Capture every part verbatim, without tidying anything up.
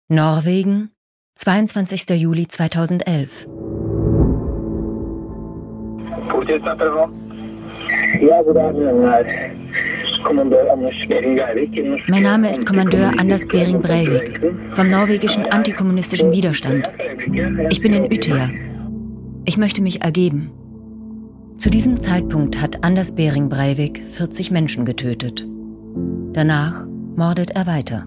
Norwegen, zweiundzwanzigster Juli zweitausendelf. Ja, guten Abend, Kommandeur Anders Behring Breivik. Mein Name ist Kommandeur Anders Behring Breivik vom norwegischen antikommunistischen Widerstand. Ich bin in Utøya. Ich möchte mich ergeben. Zu diesem Zeitpunkt hat Anders Behring Breivik vierzig Menschen getötet. Danach mordet er weiter.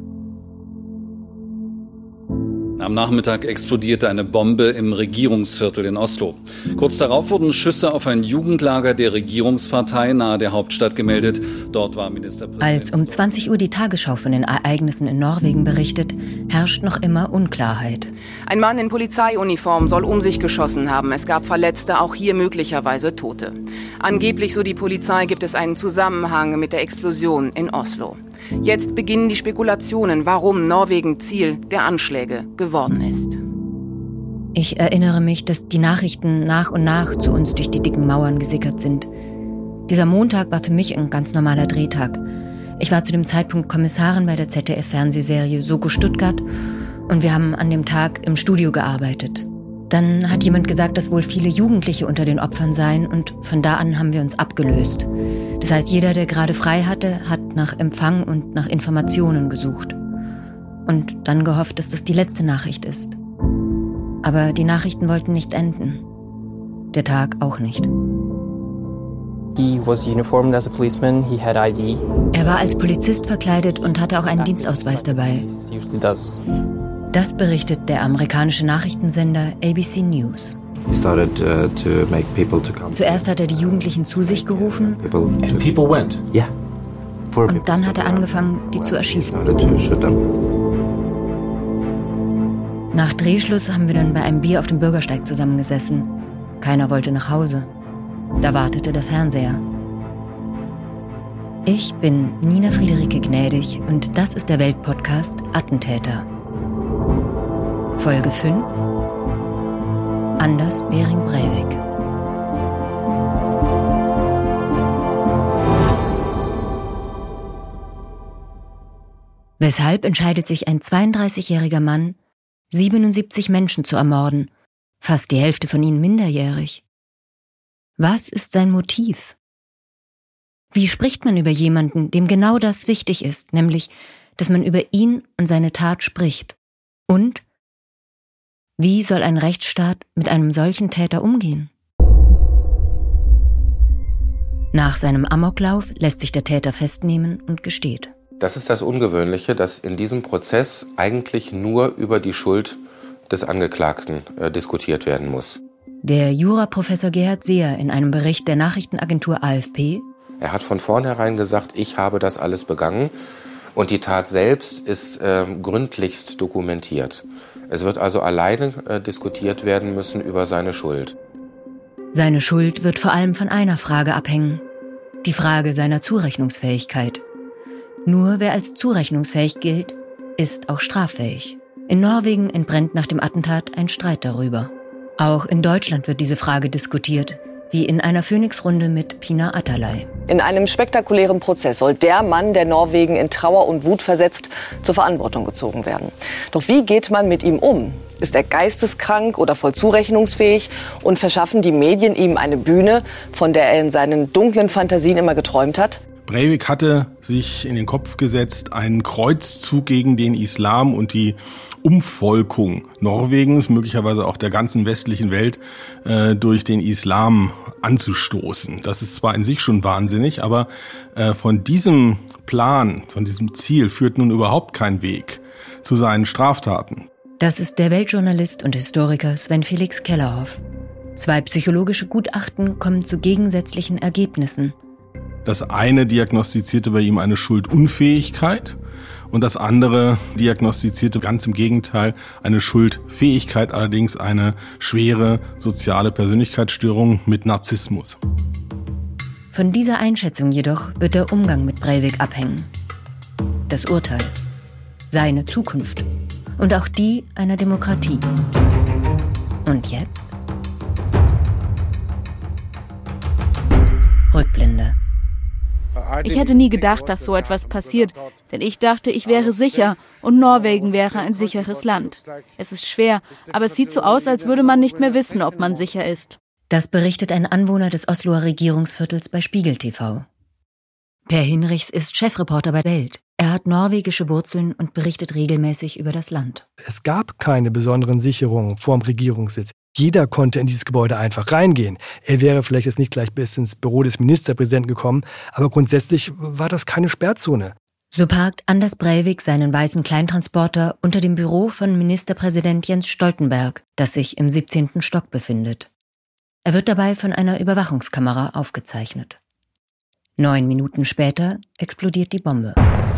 Am Nachmittag explodierte eine Bombe im Regierungsviertel in Oslo. Kurz darauf wurden Schüsse auf ein Jugendlager der Regierungspartei nahe der Hauptstadt gemeldet. Dort war Ministerpräsident... Als um zwanzig Uhr die Tagesschau von den Ereignissen in Norwegen berichtet, herrscht noch immer Unklarheit. Ein Mann in Polizeiuniform soll um sich geschossen haben. Es gab Verletzte, auch hier möglicherweise Tote. Angeblich, so die Polizei, gibt es einen Zusammenhang mit der Explosion in Oslo. Jetzt beginnen die Spekulationen, warum Norwegen Ziel der Anschläge geworden ist. Ich erinnere mich, dass die Nachrichten nach und nach zu uns durch die dicken Mauern gesickert sind. Dieser Montag war für mich ein ganz normaler Drehtag. Ich war zu dem Zeitpunkt Kommissarin bei der Z D F-Fernsehserie Soko Stuttgart und wir haben an dem Tag im Studio gearbeitet. Dann hat jemand gesagt, dass wohl viele Jugendliche unter den Opfern seien und von da an haben wir uns abgelöst. Das heißt, jeder, der gerade frei hatte, hat nach Empfang und nach Informationen gesucht. Und dann gehofft, dass das die letzte Nachricht ist. Aber die Nachrichten wollten nicht enden. Der Tag auch nicht. He was uniformed as a policeman. He had I D. Er war als Polizist verkleidet und hatte auch einen Dienstausweis dabei. Das berichtet der amerikanische Nachrichtensender A B C News. Zuerst hat er die Jugendlichen zu sich gerufen. And people went. Yeah. Und dann hat er angefangen, die zu erschießen. Nach Drehschluss haben wir dann bei einem Bier auf dem Bürgersteig zusammengesessen. Keiner wollte nach Hause. Da wartete der Fernseher. Ich bin Nina Friederike Gnädig und das ist der Weltpodcast Attentäter. Folge fünf. Anders Behring Breivik. Weshalb entscheidet sich ein zweiunddreißigjähriger Mann, siebenundsiebzig Menschen zu ermorden, fast die Hälfte von ihnen minderjährig? Was ist sein Motiv? Wie spricht man über jemanden, dem genau das wichtig ist, nämlich, dass man über ihn und seine Tat spricht? Und wie soll ein Rechtsstaat mit einem solchen Täter umgehen? Nach seinem Amoklauf lässt sich der Täter festnehmen und gesteht. Das ist das Ungewöhnliche, dass in diesem Prozess eigentlich nur über die Schuld des Angeklagten äh, diskutiert werden muss. Der Juraprofessor Gerhard Seher in einem Bericht der Nachrichtenagentur A F P. Er hat von vornherein gesagt, ich habe das alles begangen und die Tat selbst ist äh, gründlichst dokumentiert. Es wird also alleine äh, diskutiert werden müssen über seine Schuld. Seine Schuld wird vor allem von einer Frage abhängen. Die Frage seiner Zurechnungsfähigkeit. Nur wer als zurechnungsfähig gilt, ist auch straffähig. In Norwegen entbrennt nach dem Attentat ein Streit darüber. Auch in Deutschland wird diese Frage diskutiert, wie in einer Phoenix-Runde mit Pina Atalay. In einem spektakulären Prozess soll der Mann, der Norwegen in Trauer und Wut versetzt, zur Verantwortung gezogen werden. Doch wie geht man mit ihm um? Ist er geisteskrank oder voll zurechnungsfähig? Und verschaffen die Medien ihm eine Bühne, von der er in seinen dunklen Fantasien immer geträumt hat? Breivik hatte sich in den Kopf gesetzt, einen Kreuzzug gegen den Islam und die Umvolkung Norwegens, möglicherweise auch der ganzen westlichen Welt, äh, durch den Islam anzustoßen. Das ist zwar in sich schon wahnsinnig, aber äh, von diesem Plan, von diesem Ziel führt nun überhaupt kein Weg zu seinen Straftaten. Das ist der Weltjournalist und Historiker Sven Felix Kellerhoff. Zwei psychologische Gutachten kommen zu gegensätzlichen Ergebnissen. Das eine diagnostizierte bei ihm eine Schuldunfähigkeit und das andere diagnostizierte ganz im Gegenteil eine Schuldfähigkeit, allerdings eine schwere soziale Persönlichkeitsstörung mit Narzissmus. Von dieser Einschätzung jedoch wird der Umgang mit Breivik abhängen. Das Urteil, seine Zukunft und auch die einer Demokratie. Und jetzt? Rückblende. Ich hätte nie gedacht, dass so etwas passiert, denn ich dachte, ich wäre sicher und Norwegen wäre ein sicheres Land. Es ist schwer, aber es sieht so aus, als würde man nicht mehr wissen, ob man sicher ist. Das berichtet ein Anwohner des Osloer Regierungsviertels bei Spiegel T V. Per Hinrichs ist Chefreporter bei Welt. Er hat norwegische Wurzeln und berichtet regelmäßig über das Land. Es gab keine besonderen Sicherungen vorm Regierungssitz. Jeder konnte in dieses Gebäude einfach reingehen. Er wäre vielleicht jetzt nicht gleich bis ins Büro des Ministerpräsidenten gekommen, aber grundsätzlich war das keine Sperrzone. So parkt Anders Breivik seinen weißen Kleintransporter unter dem Büro von Ministerpräsident Jens Stoltenberg, das sich im siebzehnten Stock befindet. Er wird dabei von einer Überwachungskamera aufgezeichnet. Neun Minuten später explodiert die Bombe.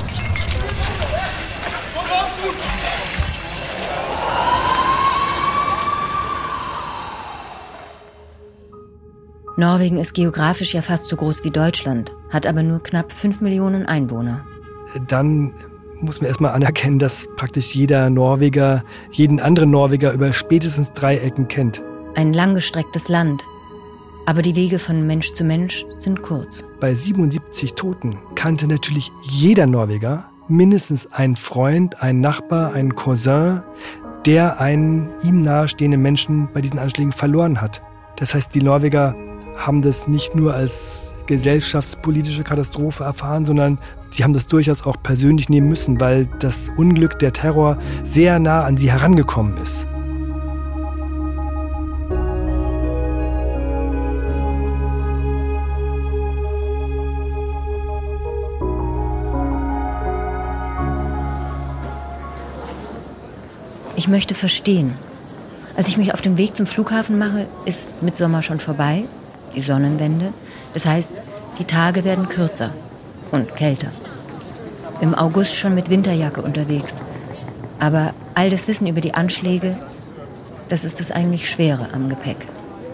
Norwegen ist geografisch ja fast so groß wie Deutschland, hat aber nur knapp fünf Millionen Einwohner. Dann muss man erstmal anerkennen, dass praktisch jeder Norweger jeden anderen Norweger über spätestens drei Ecken kennt. Ein langgestrecktes Land, aber die Wege von Mensch zu Mensch sind kurz. Bei siebenundsiebzig Toten kannte natürlich jeder Norweger mindestens einen Freund, einen Nachbar, einen Cousin, der einen ihm nahestehenden Menschen bei diesen Anschlägen verloren hat. Das heißt, die Norweger haben das nicht nur als gesellschaftspolitische Katastrophe erfahren, sondern sie haben das durchaus auch persönlich nehmen müssen, weil das Unglück, der Terror sehr nah an sie herangekommen ist. Ich möchte verstehen. Als ich mich auf den Weg zum Flughafen mache, ist Mitsommer schon vorbei, die Sonnenwende. Das heißt, die Tage werden kürzer und kälter. Im August schon mit Winterjacke unterwegs. Aber all das Wissen über die Anschläge, das ist das eigentlich Schwere am Gepäck.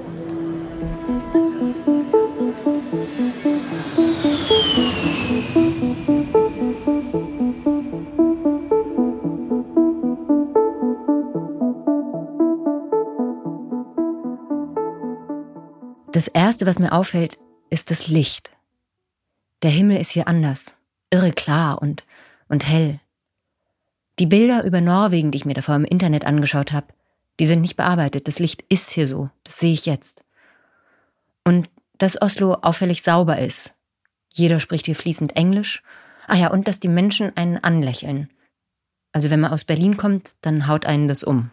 Das Erste, was mir auffällt, ist das Licht. Der Himmel ist hier anders, irre klar und, und hell. Die Bilder über Norwegen, die ich mir davor im Internet angeschaut habe, die sind nicht bearbeitet. Das Licht ist hier so, das sehe ich jetzt. Und dass Oslo auffällig sauber ist. Jeder spricht hier fließend Englisch. Ach ja, und dass die Menschen einen anlächeln. Also wenn man aus Berlin kommt, dann haut einen das um.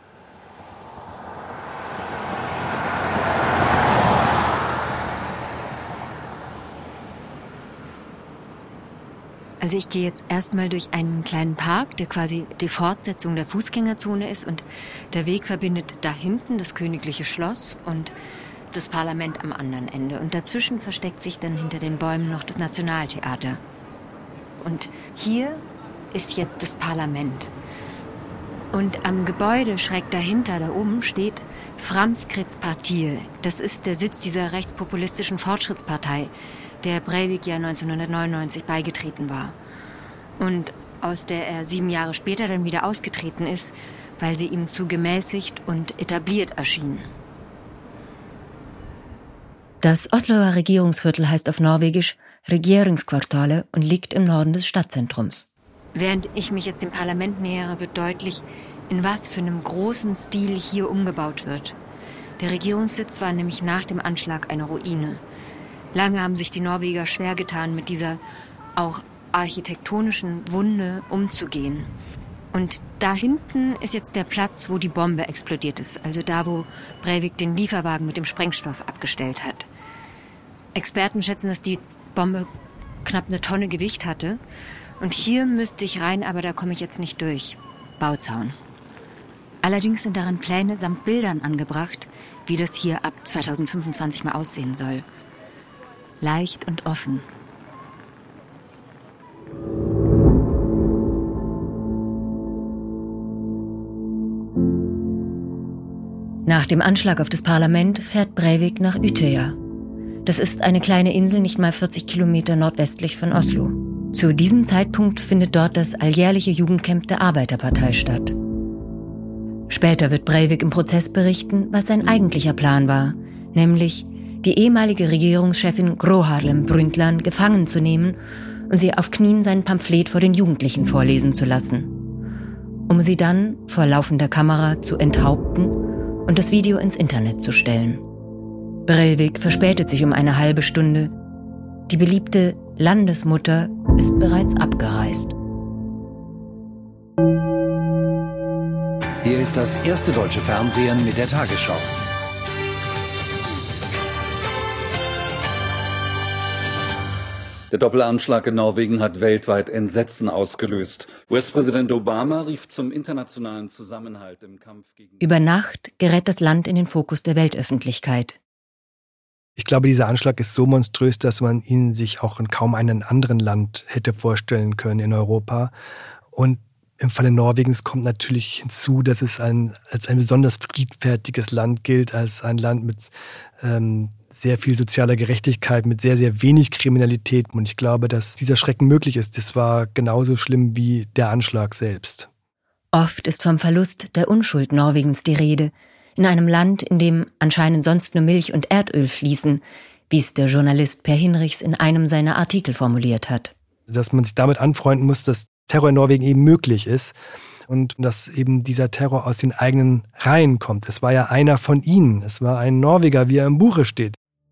Also ich gehe jetzt erstmal durch einen kleinen Park, der quasi die Fortsetzung der Fußgängerzone ist, und der Weg verbindet da hinten das königliche Schloss und das Parlament am anderen Ende. Und dazwischen versteckt sich dann hinter den Bäumen noch das Nationaltheater. Und hier ist jetzt das Parlament. Und am Gebäude schräg dahinter, da oben, steht Fremskrittspartiet. Das ist der Sitz dieser rechtspopulistischen Fortschrittspartei, der Breivik ja neunzehnhundertneunundneunzig beigetreten war. Und aus der er sieben Jahre später dann wieder ausgetreten ist, weil sie ihm zu gemäßigt und etabliert erschien. Das Osloer Regierungsviertel heißt auf Norwegisch Regjeringskvartalet und liegt im Norden des Stadtzentrums. Während ich mich jetzt dem Parlament nähere, wird deutlich, in was für einem großen Stil hier umgebaut wird. Der Regierungssitz war nämlich nach dem Anschlag eine Ruine. Lange haben sich die Norweger schwer getan, mit dieser auch architektonischen Wunde umzugehen. Und da hinten ist jetzt der Platz, wo die Bombe explodiert ist. Also da, wo Breivik den Lieferwagen mit dem Sprengstoff abgestellt hat. Experten schätzen, dass die Bombe knapp eine Tonne Gewicht hatte. Und hier müsste ich rein, aber da komme ich jetzt nicht durch. Bauzaun. Allerdings sind darin Pläne samt Bildern angebracht, wie das hier ab zweitausendfünfundzwanzig mal aussehen soll. Leicht und offen. Nach dem Anschlag auf das Parlament fährt Breivik nach Utøya. Das ist eine kleine Insel nicht mal vierzig Kilometer nordwestlich von Oslo. Zu diesem Zeitpunkt findet dort das alljährliche Jugendcamp der Arbeiterpartei statt. Später wird Breivik im Prozess berichten, was sein eigentlicher Plan war, nämlich die ehemalige Regierungschefin Gro Harlem Brundtland gefangen zu nehmen und sie auf Knien sein Pamphlet vor den Jugendlichen vorlesen zu lassen, um sie dann vor laufender Kamera zu enthaupten und das Video ins Internet zu stellen. Breivik verspätet sich um eine halbe Stunde. Die beliebte Landesmutter ist bereits abgereist. Hier ist das erste deutsche Fernsehen mit der Tagesschau. Der Doppelanschlag in Norwegen hat weltweit Entsetzen ausgelöst. U S-Präsident Obama rief zum internationalen Zusammenhalt im Kampf gegen... Über Nacht gerät das Land in den Fokus der Weltöffentlichkeit. Ich glaube, dieser Anschlag ist so monströs, dass man ihn sich auch in kaum einem anderen Land hätte vorstellen können in Europa. Und im Falle Norwegens kommt natürlich hinzu, dass es ein, als ein besonders friedfertiges Land gilt, als ein Land mit ähm, sehr viel sozialer Gerechtigkeit, mit sehr, sehr wenig Kriminalität. Und ich glaube, dass dieser Schrecken möglich ist. Das war genauso schlimm wie der Anschlag selbst. Oft ist vom Verlust der Unschuld Norwegens die Rede. In einem Land, in dem anscheinend sonst nur Milch und Erdöl fließen, wie es der Journalist Per Hinrichs in einem seiner Artikel formuliert hat. Dass man sich damit anfreunden muss, dass Terror in Norwegen eben möglich ist und dass eben dieser Terror aus den eigenen Reihen kommt. Es war ja einer von ihnen, es war ein Norweger, wie er im Buche steht.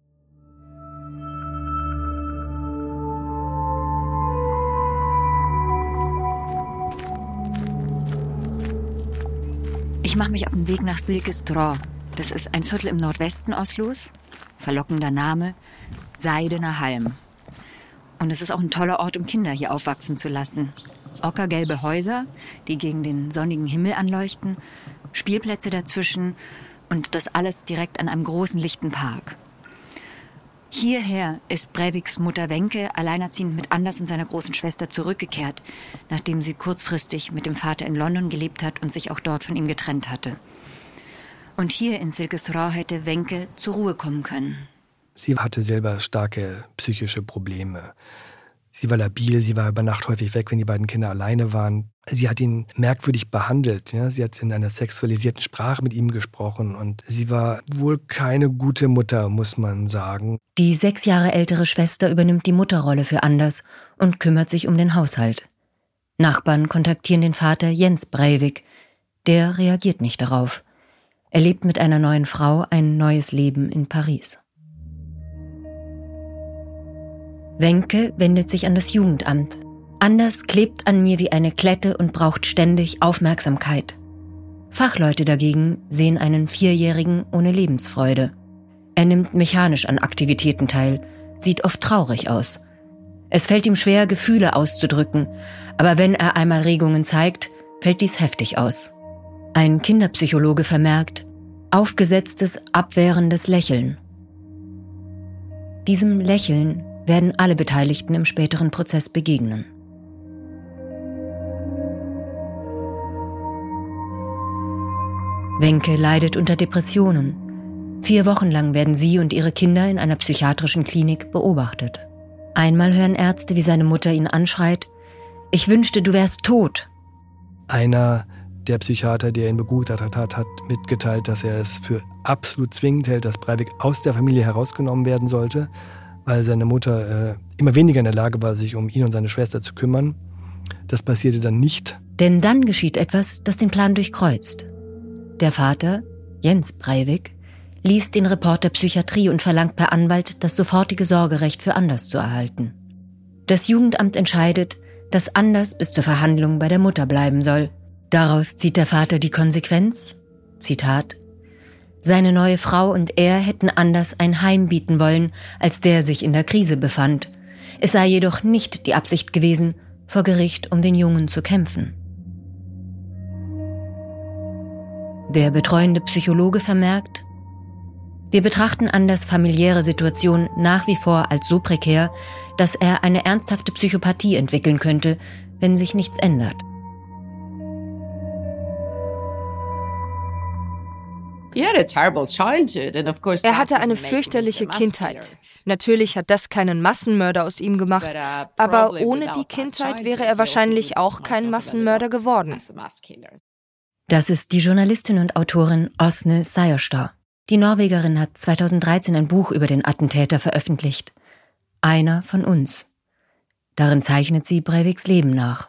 Ich mache mich auf den Weg nach Silkestrå. Das ist ein Viertel im Nordwesten Oslos. Verlockender Name, Seidener Halm. Und es ist auch ein toller Ort, um Kinder hier aufwachsen zu lassen. Ockergelbe Häuser, die gegen den sonnigen Himmel anleuchten, Spielplätze dazwischen und das alles direkt an einem großen, lichten Park. Hierher ist Breiviks Mutter Wenche alleinerziehend mit Anders und seiner großen Schwester zurückgekehrt, nachdem sie kurzfristig mit dem Vater in London gelebt hat und sich auch dort von ihm getrennt hatte. Und hier in Silkestrå hätte Wenche zur Ruhe kommen können. Sie hatte selber starke psychische Probleme. Sie war labil, sie war über Nacht häufig weg, wenn die beiden Kinder alleine waren. Sie hat ihn merkwürdig behandelt. Ja? Sie hat in einer sexualisierten Sprache mit ihm gesprochen und sie war wohl keine gute Mutter, muss man sagen. Die sechs Jahre ältere Schwester übernimmt die Mutterrolle für Anders und kümmert sich um den Haushalt. Nachbarn kontaktieren den Vater Jens Breivik. Der reagiert nicht darauf. Er lebt mit einer neuen Frau ein neues Leben in Paris. Wenche wendet sich an das Jugendamt. Anders klebt an mir wie eine Klette und braucht ständig Aufmerksamkeit. Fachleute dagegen sehen einen Vierjährigen ohne Lebensfreude. Er nimmt mechanisch an Aktivitäten teil, sieht oft traurig aus. Es fällt ihm schwer, Gefühle auszudrücken, aber wenn er einmal Regungen zeigt, fällt dies heftig aus. Ein Kinderpsychologe vermerkt, aufgesetztes, abwehrendes Lächeln. Diesem Lächeln werden alle Beteiligten im späteren Prozess begegnen. Wenche leidet unter Depressionen. Vier Wochen lang werden sie und ihre Kinder in einer psychiatrischen Klinik beobachtet. Einmal hören Ärzte, wie seine Mutter ihn anschreit: „Ich wünschte, du wärst tot." Einer der Psychiater, der ihn begutachtet hat, hat mitgeteilt, dass er es für absolut zwingend hält, dass Breivik aus der Familie herausgenommen werden sollte, weil seine Mutter äh, immer weniger in der Lage war, sich um ihn und seine Schwester zu kümmern. Das passierte dann nicht. Denn dann geschieht etwas, das den Plan durchkreuzt. Der Vater, Jens Breivik, liest den Report der Psychiatrie und verlangt per Anwalt, das sofortige Sorgerecht für Anders zu erhalten. Das Jugendamt entscheidet, dass Anders bis zur Verhandlung bei der Mutter bleiben soll. Daraus zieht der Vater die Konsequenz, Zitat: Seine neue Frau und er hätten Anders ein Heim bieten wollen, als der sich in der Krise befand. Es sei jedoch nicht die Absicht gewesen, vor Gericht um den Jungen zu kämpfen. Der betreuende Psychologe vermerkt: Wir betrachten Anders' familiäre Situation nach wie vor als so prekär, dass er eine ernsthafte Psychopathie entwickeln könnte, wenn sich nichts ändert. Er hatte eine fürchterliche Kindheit. Natürlich hat das keinen Massenmörder aus ihm gemacht, aber ohne die Kindheit wäre er wahrscheinlich auch kein Massenmörder geworden. Das ist die Journalistin und Autorin Åsne Seierstad. Die Norwegerin hat zweitausenddreizehn ein Buch über den Attentäter veröffentlicht. Einer von uns. Darin zeichnet sie Breiviks Leben nach.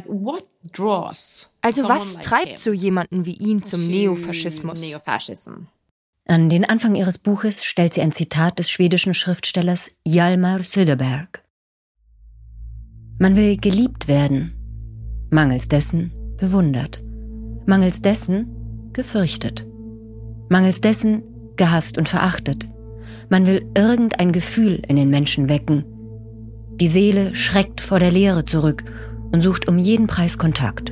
Also was treibt so jemanden wie ihn zum Neofaschismus? An den Anfang ihres Buches stellt sie ein Zitat des schwedischen Schriftstellers Hjalmar Söderberg. Man will geliebt werden, mangels dessen bewundert, mangels dessen gefürchtet, mangels dessen gehasst und verachtet. Man will irgendein Gefühl in den Menschen wecken. Die Seele schreckt vor der Leere zurück und sucht um jeden Preis Kontakt.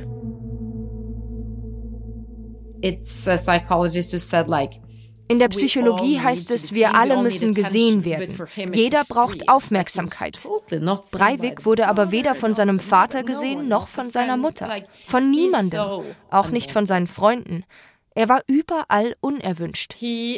It's a psychologist who said like In der Psychologie heißt es, wir alle müssen gesehen werden. Jeder braucht Aufmerksamkeit. Breivik wurde aber weder von seinem Vater gesehen, noch von seiner Mutter. Von niemandem. Auch nicht von seinen Freunden. Er war überall unerwünscht.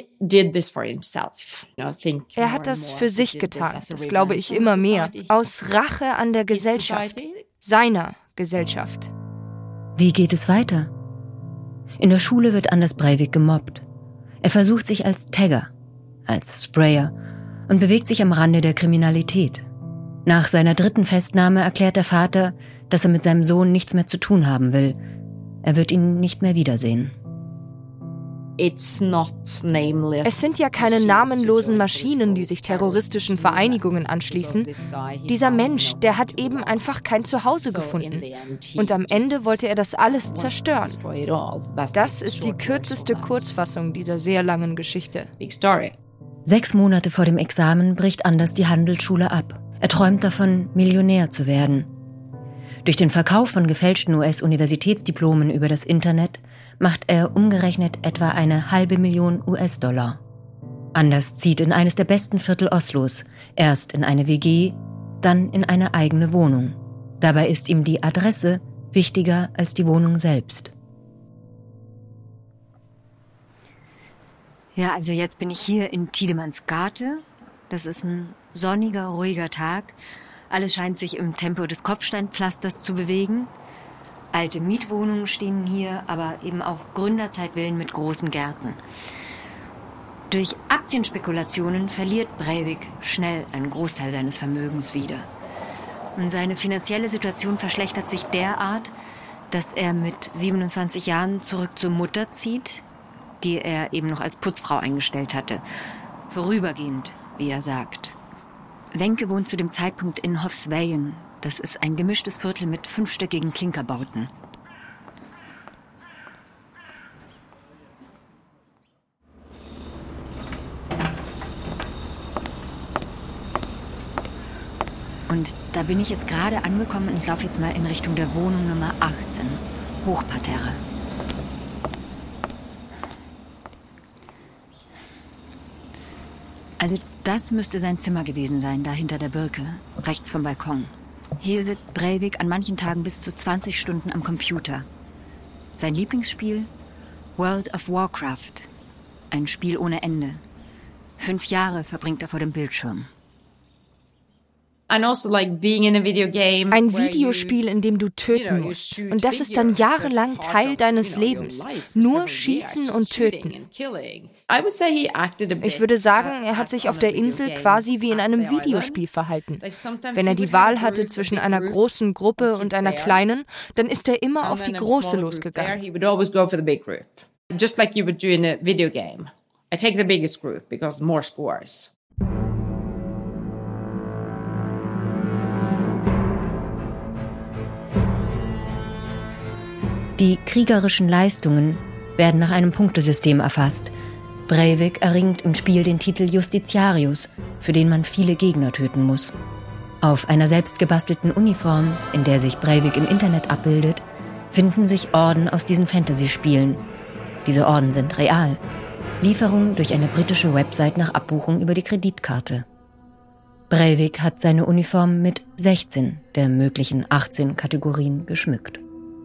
Er hat das für sich getan, das glaube ich immer mehr. Aus Rache an der Gesellschaft. Seiner Gesellschaft. Wie geht es weiter? In der Schule wird Anders Breivik gemobbt. Er versucht sich als Tagger, als Sprayer und bewegt sich am Rande der Kriminalität. Nach seiner dritten Festnahme erklärt der Vater, dass er mit seinem Sohn nichts mehr zu tun haben will. Er wird ihn nicht mehr wiedersehen. Es sind ja keine namenlosen Maschinen, die sich terroristischen Vereinigungen anschließen. Dieser Mensch, der hat eben einfach kein Zuhause gefunden. Und am Ende wollte er das alles zerstören. Das ist die kürzeste Kurzfassung dieser sehr langen Geschichte. Sechs Monate vor dem Examen bricht Anders die Handelsschule ab. Er träumt davon, Millionär zu werden. Durch den Verkauf von gefälschten U S-Universitätsdiplomen über das Internet macht er umgerechnet etwa eine halbe Million U S-Dollar. Anders zieht in eines der besten Viertel Oslos, erst in eine W G, dann in eine eigene Wohnung. Dabei ist ihm die Adresse wichtiger als die Wohnung selbst. Ja, also jetzt bin ich hier in Tiedemanns Gate. Das ist ein sonniger, ruhiger Tag. Alles scheint sich im Tempo des Kopfsteinpflasters zu bewegen. Alte Mietwohnungen stehen hier, aber eben auch Gründerzeitvillen mit großen Gärten. Durch Aktienspekulationen verliert Breivik schnell einen Großteil seines Vermögens wieder. Und seine finanzielle Situation verschlechtert sich derart, dass er mit siebenundzwanzig Jahren zurück zur Mutter zieht, die er eben noch als Putzfrau eingestellt hatte. Vorübergehend, wie er sagt. Wenke wohnt zu dem Zeitpunkt in Hofsveien. Das ist ein gemischtes Viertel mit fünfstöckigen Klinkerbauten. Und da bin ich jetzt gerade angekommen und laufe jetzt mal in Richtung der Wohnung Nummer achtzehn, Hochparterre. Also das müsste sein Zimmer gewesen sein, da hinter der Birke, rechts vom Balkon. Hier sitzt Breivik an manchen Tagen bis zu zwanzig Stunden am Computer. Sein Lieblingsspiel? World of Warcraft. Ein Spiel ohne Ende. Fünf Jahre verbringt er vor dem Bildschirm. Ein Videospiel, in dem du töten musst. Und das ist dann jahrelang Teil deines Lebens. Nur schießen und töten. Ich würde sagen, er hat sich auf der Insel quasi wie in einem Videospiel verhalten. Wenn er die Wahl hatte zwischen einer großen Gruppe und einer kleinen, dann ist er immer auf die große losgegangen. Just like you would do in a video game. I take the biggest group because more scores. Die kriegerischen Leistungen werden nach einem Punktesystem erfasst. Breivik erringt im Spiel den Titel Justitiarius, für den man viele Gegner töten muss. Auf einer selbstgebastelten Uniform, in der sich Breivik im Internet abbildet, finden sich Orden aus diesen Fantasy-Spielen. Diese Orden sind real. Lieferung durch eine britische Website nach Abbuchung über die Kreditkarte. Breivik hat seine Uniform mit sechzehn der möglichen achtzehn Kategorien geschmückt.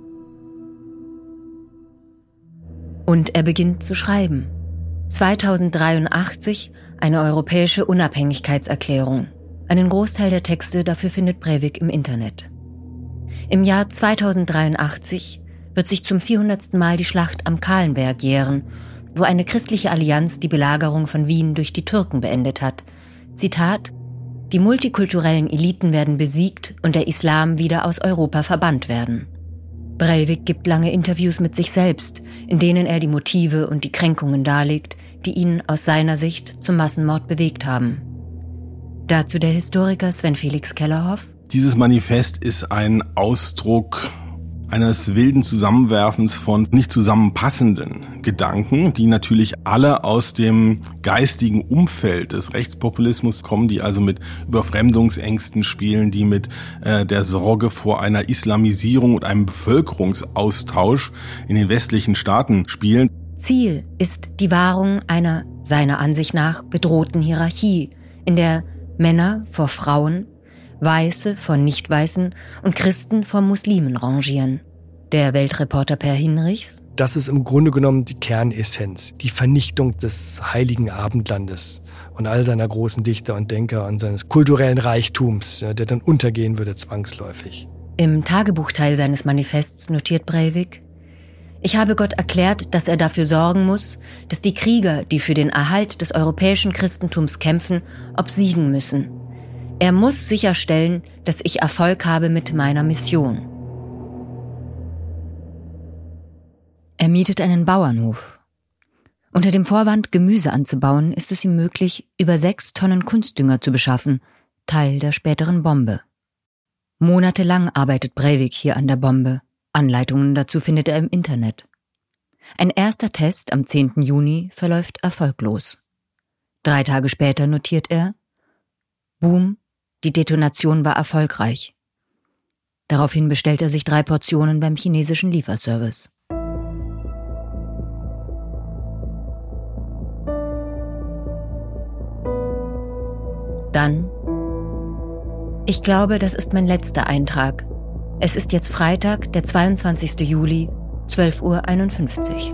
Und er beginnt zu schreiben. zweitausenddreiundachtzig eine europäische Unabhängigkeitserklärung. Einen Großteil der Texte dafür findet Breivik im Internet. Im Jahr zweitausenddreiundachtzig wird sich zum vierhundertsten Mal die Schlacht am Kahlenberg jähren, wo eine christliche Allianz die Belagerung von Wien durch die Türken beendet hat. Zitat: Die multikulturellen Eliten werden besiegt und der Islam wieder aus Europa verbannt werden. Breivik gibt lange Interviews mit sich selbst, in denen er die Motive und die Kränkungen darlegt, die ihn aus seiner Sicht zum Massenmord bewegt haben. Dazu der Historiker Sven Felix Kellerhoff. Dieses Manifest ist ein Ausdruck eines wilden Zusammenwerfens von nicht zusammenpassenden Gedanken, die natürlich alle aus dem geistigen Umfeld des Rechtspopulismus kommen, die also mit Überfremdungsängsten spielen, die mit äh, der Sorge vor einer Islamisierung und einem Bevölkerungsaustausch in den westlichen Staaten spielen. Ziel ist die Wahrung einer, seiner Ansicht nach, bedrohten Hierarchie, in der Männer vor Frauen, Weiße vor Nicht-Weißen und Christen vor Muslimen rangieren. Der Weltreporter Per Hinrichs. Das ist im Grunde genommen die Kernessenz, die Vernichtung des heiligen Abendlandes und all seiner großen Dichter und Denker und seines kulturellen Reichtums, der dann untergehen würde zwangsläufig. Im Tagebuchteil seines Manifests notiert Breivik: Ich habe Gott erklärt, dass er dafür sorgen muss, dass die Krieger, die für den Erhalt des europäischen Christentums kämpfen, obsiegen müssen. Er muss sicherstellen, dass ich Erfolg habe mit meiner Mission. Er mietet einen Bauernhof. Unter dem Vorwand, Gemüse anzubauen, ist es ihm möglich, über sechs Tonnen Kunstdünger zu beschaffen, Teil der späteren Bombe. Monatelang arbeitet Breivik hier an der Bombe. Anleitungen dazu findet er im Internet. Ein erster Test am zehnten Juni verläuft erfolglos. Drei Tage später notiert er: Boom, die Detonation war erfolgreich. Daraufhin bestellt er sich drei Portionen beim chinesischen Lieferservice. Dann: Ich glaube, das ist mein letzter Eintrag. Es ist jetzt Freitag, der zweiundzwanzigsten Juli, zwölf Uhr einundfünfzig.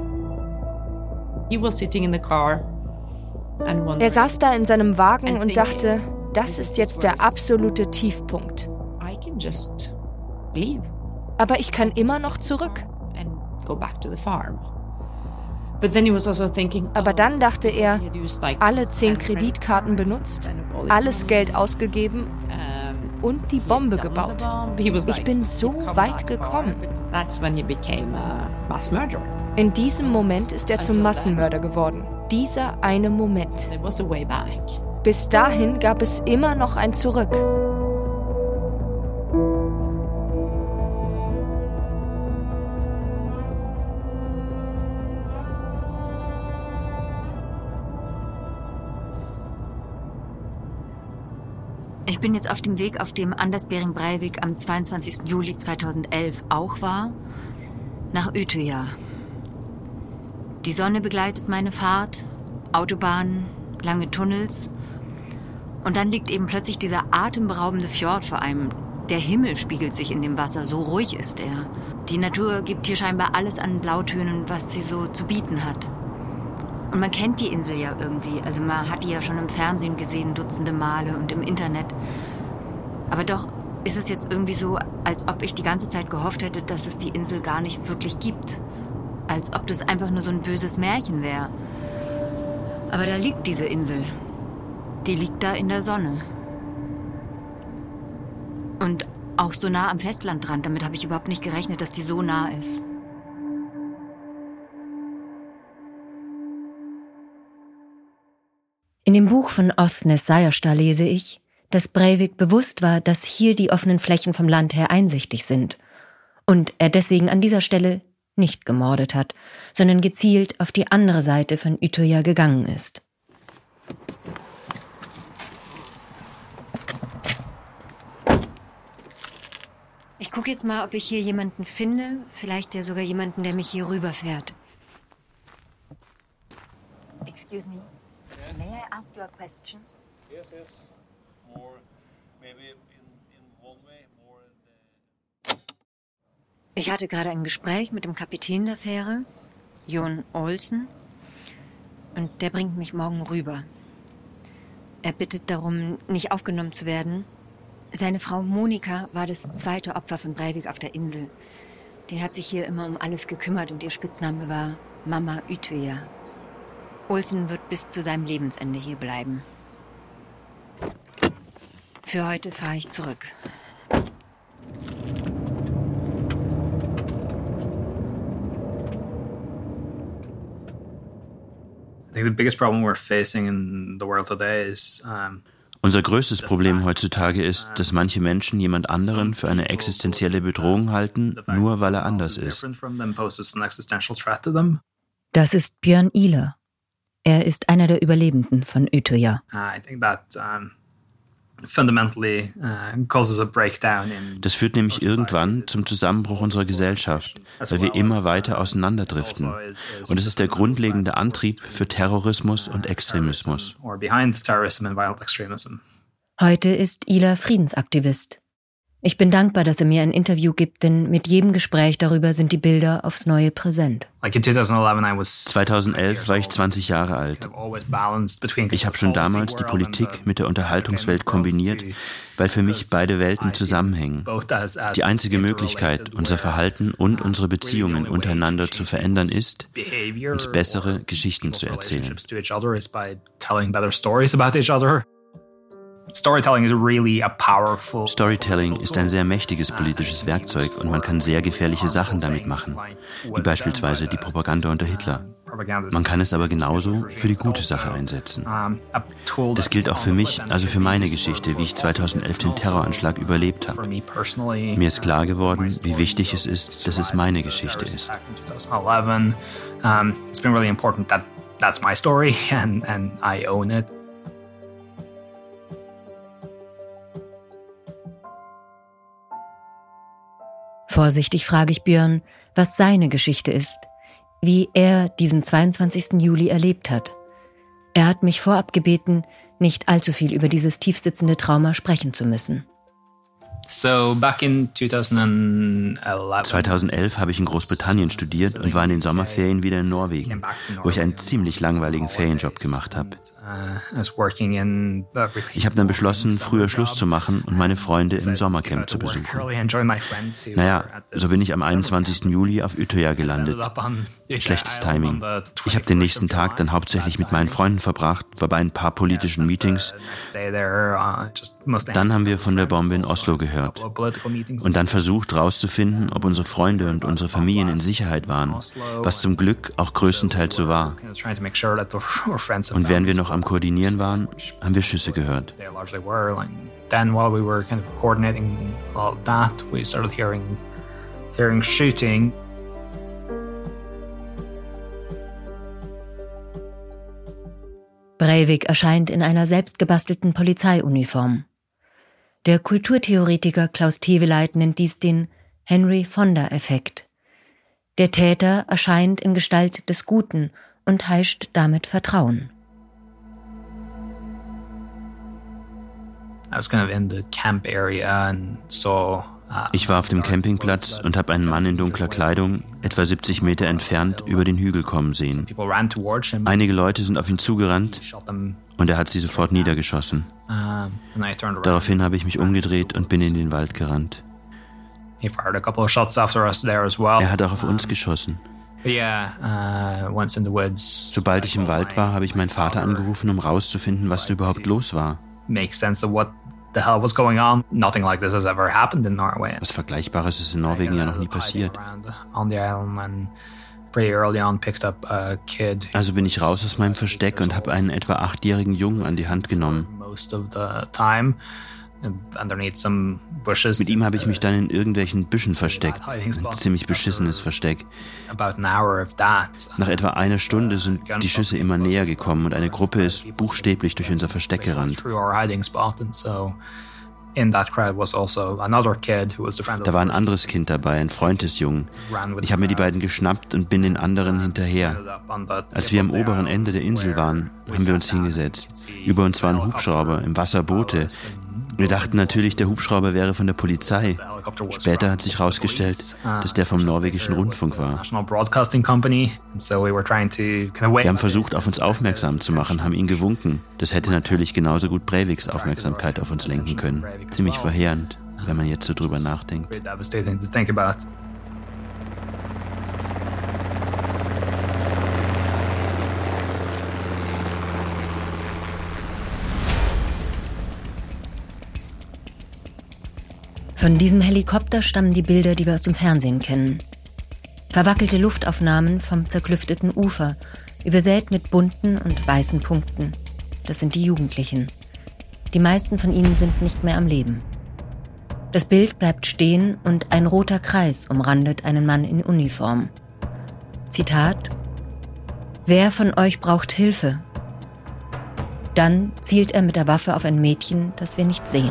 Er saß da in seinem Wagen und dachte, das ist jetzt der absolute Tiefpunkt. Aber ich kann immer noch zurück. Aber dann dachte er, alle zehn Kreditkarten benutzt, alles Geld ausgegeben und die Bombe gebaut. Ich bin so weit gekommen. In diesem Moment ist er zum Massenmörder geworden. Dieser eine Moment. Bis dahin gab es immer noch ein Zurück. Ich bin jetzt auf dem Weg, auf dem Anders Behring Breivik am zweiundzwanzigsten Juli zweitausendelf auch war, nach Utøya. Die Sonne begleitet meine Fahrt, Autobahnen, lange Tunnels. Und dann liegt eben plötzlich dieser atemberaubende Fjord vor einem. Der Himmel spiegelt sich in dem Wasser, so ruhig ist er. Die Natur gibt hier scheinbar alles an Blautönen, was sie so zu bieten hat. Und man kennt die Insel ja irgendwie. Also man hat die ja schon im Fernsehen gesehen, dutzende Male und im Internet. Aber doch ist es jetzt irgendwie so, als ob ich die ganze Zeit gehofft hätte, dass es die Insel gar nicht wirklich gibt. Als ob das einfach nur so ein böses Märchen wäre. Aber da liegt diese Insel. Die liegt da in der Sonne. Und auch so nah am Festland dran. Damit habe ich überhaupt nicht gerechnet, dass die so nah ist. In dem Buch von Osnes Sayerstad lese ich, dass Breivik bewusst war, dass hier die offenen Flächen vom Land her einsichtig sind und er deswegen an dieser Stelle nicht gemordet hat, sondern gezielt auf die andere Seite von Utøya gegangen ist. Ich gucke jetzt mal, ob ich hier jemanden finde, vielleicht ja sogar jemanden, der mich hier rüberfährt. Excuse me. May I ask you a question? Yes, yes. More, maybe in, in one way, more in the... Ich hatte gerade ein Gespräch mit dem Kapitän der Fähre, Jon Olsen, und der bringt mich morgen rüber. Er bittet darum, nicht aufgenommen zu werden. Seine Frau Monika war das zweite Opfer von Breivik auf der Insel. Die hat sich hier immer um alles gekümmert und ihr Spitzname war Mama Utøya. Olsen wird bis zu seinem Lebensende hier bleiben. Für heute fahre ich zurück. Unser größtes Problem heutzutage ist, dass manche Menschen jemand anderen für eine existenzielle Bedrohung halten, nur weil er anders ist. Das ist Björn Ihler. Er ist einer der Überlebenden von Utøya. Das führt nämlich irgendwann zum Zusammenbruch unserer Gesellschaft, weil wir immer weiter auseinanderdriften. Und es ist der grundlegende Antrieb für Terrorismus und Extremismus. Heute ist Ihler Friedensaktivist. Ich bin dankbar, dass er mir ein Interview gibt, denn mit jedem Gespräch darüber sind die Bilder aufs Neue präsent. zweitausendelf war ich zwanzig Jahre alt. Ich habe schon damals die Politik mit der Unterhaltungswelt kombiniert, weil für mich beide Welten zusammenhängen. Die einzige Möglichkeit, unser Verhalten und unsere Beziehungen untereinander zu verändern, ist, uns bessere Geschichten zu erzählen. Storytelling ist ein sehr mächtiges politisches Werkzeug und man kann sehr gefährliche Sachen damit machen, wie beispielsweise die Propaganda unter Hitler. Man kann es aber genauso für die gute Sache einsetzen. Das gilt auch für mich, also für meine Geschichte, wie ich zweitausendelf den Terroranschlag überlebt habe. Mir ist klar geworden, wie wichtig es ist, dass es meine Geschichte ist. It's been really important that that's my story and and I own it. Vorsichtig frage ich Björn, was seine Geschichte ist, wie er diesen zweiundzwanzigsten Juli erlebt hat. Er hat mich vorab gebeten, nicht allzu viel über dieses tiefsitzende Trauma sprechen zu müssen. So back in zweitausendelf habe ich in Großbritannien studiert und war in den Sommerferien wieder in Norwegen, wo ich einen ziemlich langweiligen Ferienjob gemacht habe. Ich habe dann beschlossen, früher Schluss zu machen und meine Freunde im Sommercamp zu besuchen. Naja, so bin ich am einundzwanzigsten Juli auf Utøya gelandet. Schlechtes Timing. Ich habe den nächsten Tag dann hauptsächlich mit meinen Freunden verbracht, war bei ein paar politischen Meetings. Dann haben wir von der Bombe in Oslo gehört. Und dann versucht herauszufinden, ob unsere Freunde und unsere Familien in Sicherheit waren, was zum Glück auch größtenteils so war. Und während wir noch am Koordinieren waren, haben wir Schüsse gehört. Then while we were kind of coordinating all of that, we started hearing hearing shooting. Breivik erscheint in einer selbstgebastelten Polizeiuniform. Der Kulturtheoretiker Klaus Teweleit nennt dies den Henry-Fonda-Effekt. Der Täter erscheint in Gestalt des Guten und heischt damit Vertrauen. I was kind of in the camp area and saw Ich war auf dem Campingplatz und habe einen Mann in dunkler Kleidung, etwa siebzig Meter entfernt, über den Hügel kommen sehen. Einige Leute sind auf ihn zugerannt und er hat sie sofort niedergeschossen. Daraufhin habe ich mich umgedreht und bin in den Wald gerannt. Er hat auch auf uns geschossen. Sobald ich im Wald war, habe ich meinen Vater angerufen, um rauszufinden, was da überhaupt los war. The hell was going on? Nothing like this has ever happened in Norway. Was Vergleichbares ist in Norwegen ja noch nie passiert. Also bin ich raus aus meinem Versteck und habe einen etwa achtjährigen Jungen an die Hand genommen. Mit ihm habe ich mich dann in irgendwelchen Büschen versteckt. Ein ziemlich beschissenes Versteck. Nach etwa einer Stunde sind die Schüsse immer näher gekommen und eine Gruppe ist buchstäblich durch unser Versteck gerannt. Da war ein anderes Kind dabei, ein Freund des Jungen. Ich habe mir die beiden geschnappt und bin den anderen hinterher. Als wir am oberen Ende der Insel waren, haben wir uns hingesetzt. Über uns waren Hubschrauber, im Wasser Boote. Wir dachten natürlich, der Hubschrauber wäre von der Polizei. Später hat sich herausgestellt, dass der vom norwegischen Rundfunk war. Wir haben versucht, auf uns aufmerksam zu machen, haben ihn gewunken. Das hätte natürlich genauso gut Breiviks Aufmerksamkeit auf uns lenken können. Ziemlich verheerend, wenn man jetzt so drüber nachdenkt. Von diesem Helikopter stammen die Bilder, die wir aus dem Fernsehen kennen. Verwackelte Luftaufnahmen vom zerklüfteten Ufer, übersät mit bunten und weißen Punkten. Das sind die Jugendlichen. Die meisten von ihnen sind nicht mehr am Leben. Das Bild bleibt stehen und ein roter Kreis umrandet einen Mann in Uniform. Zitat: Wer von euch braucht Hilfe? Dann zielt er mit der Waffe auf ein Mädchen, das wir nicht sehen.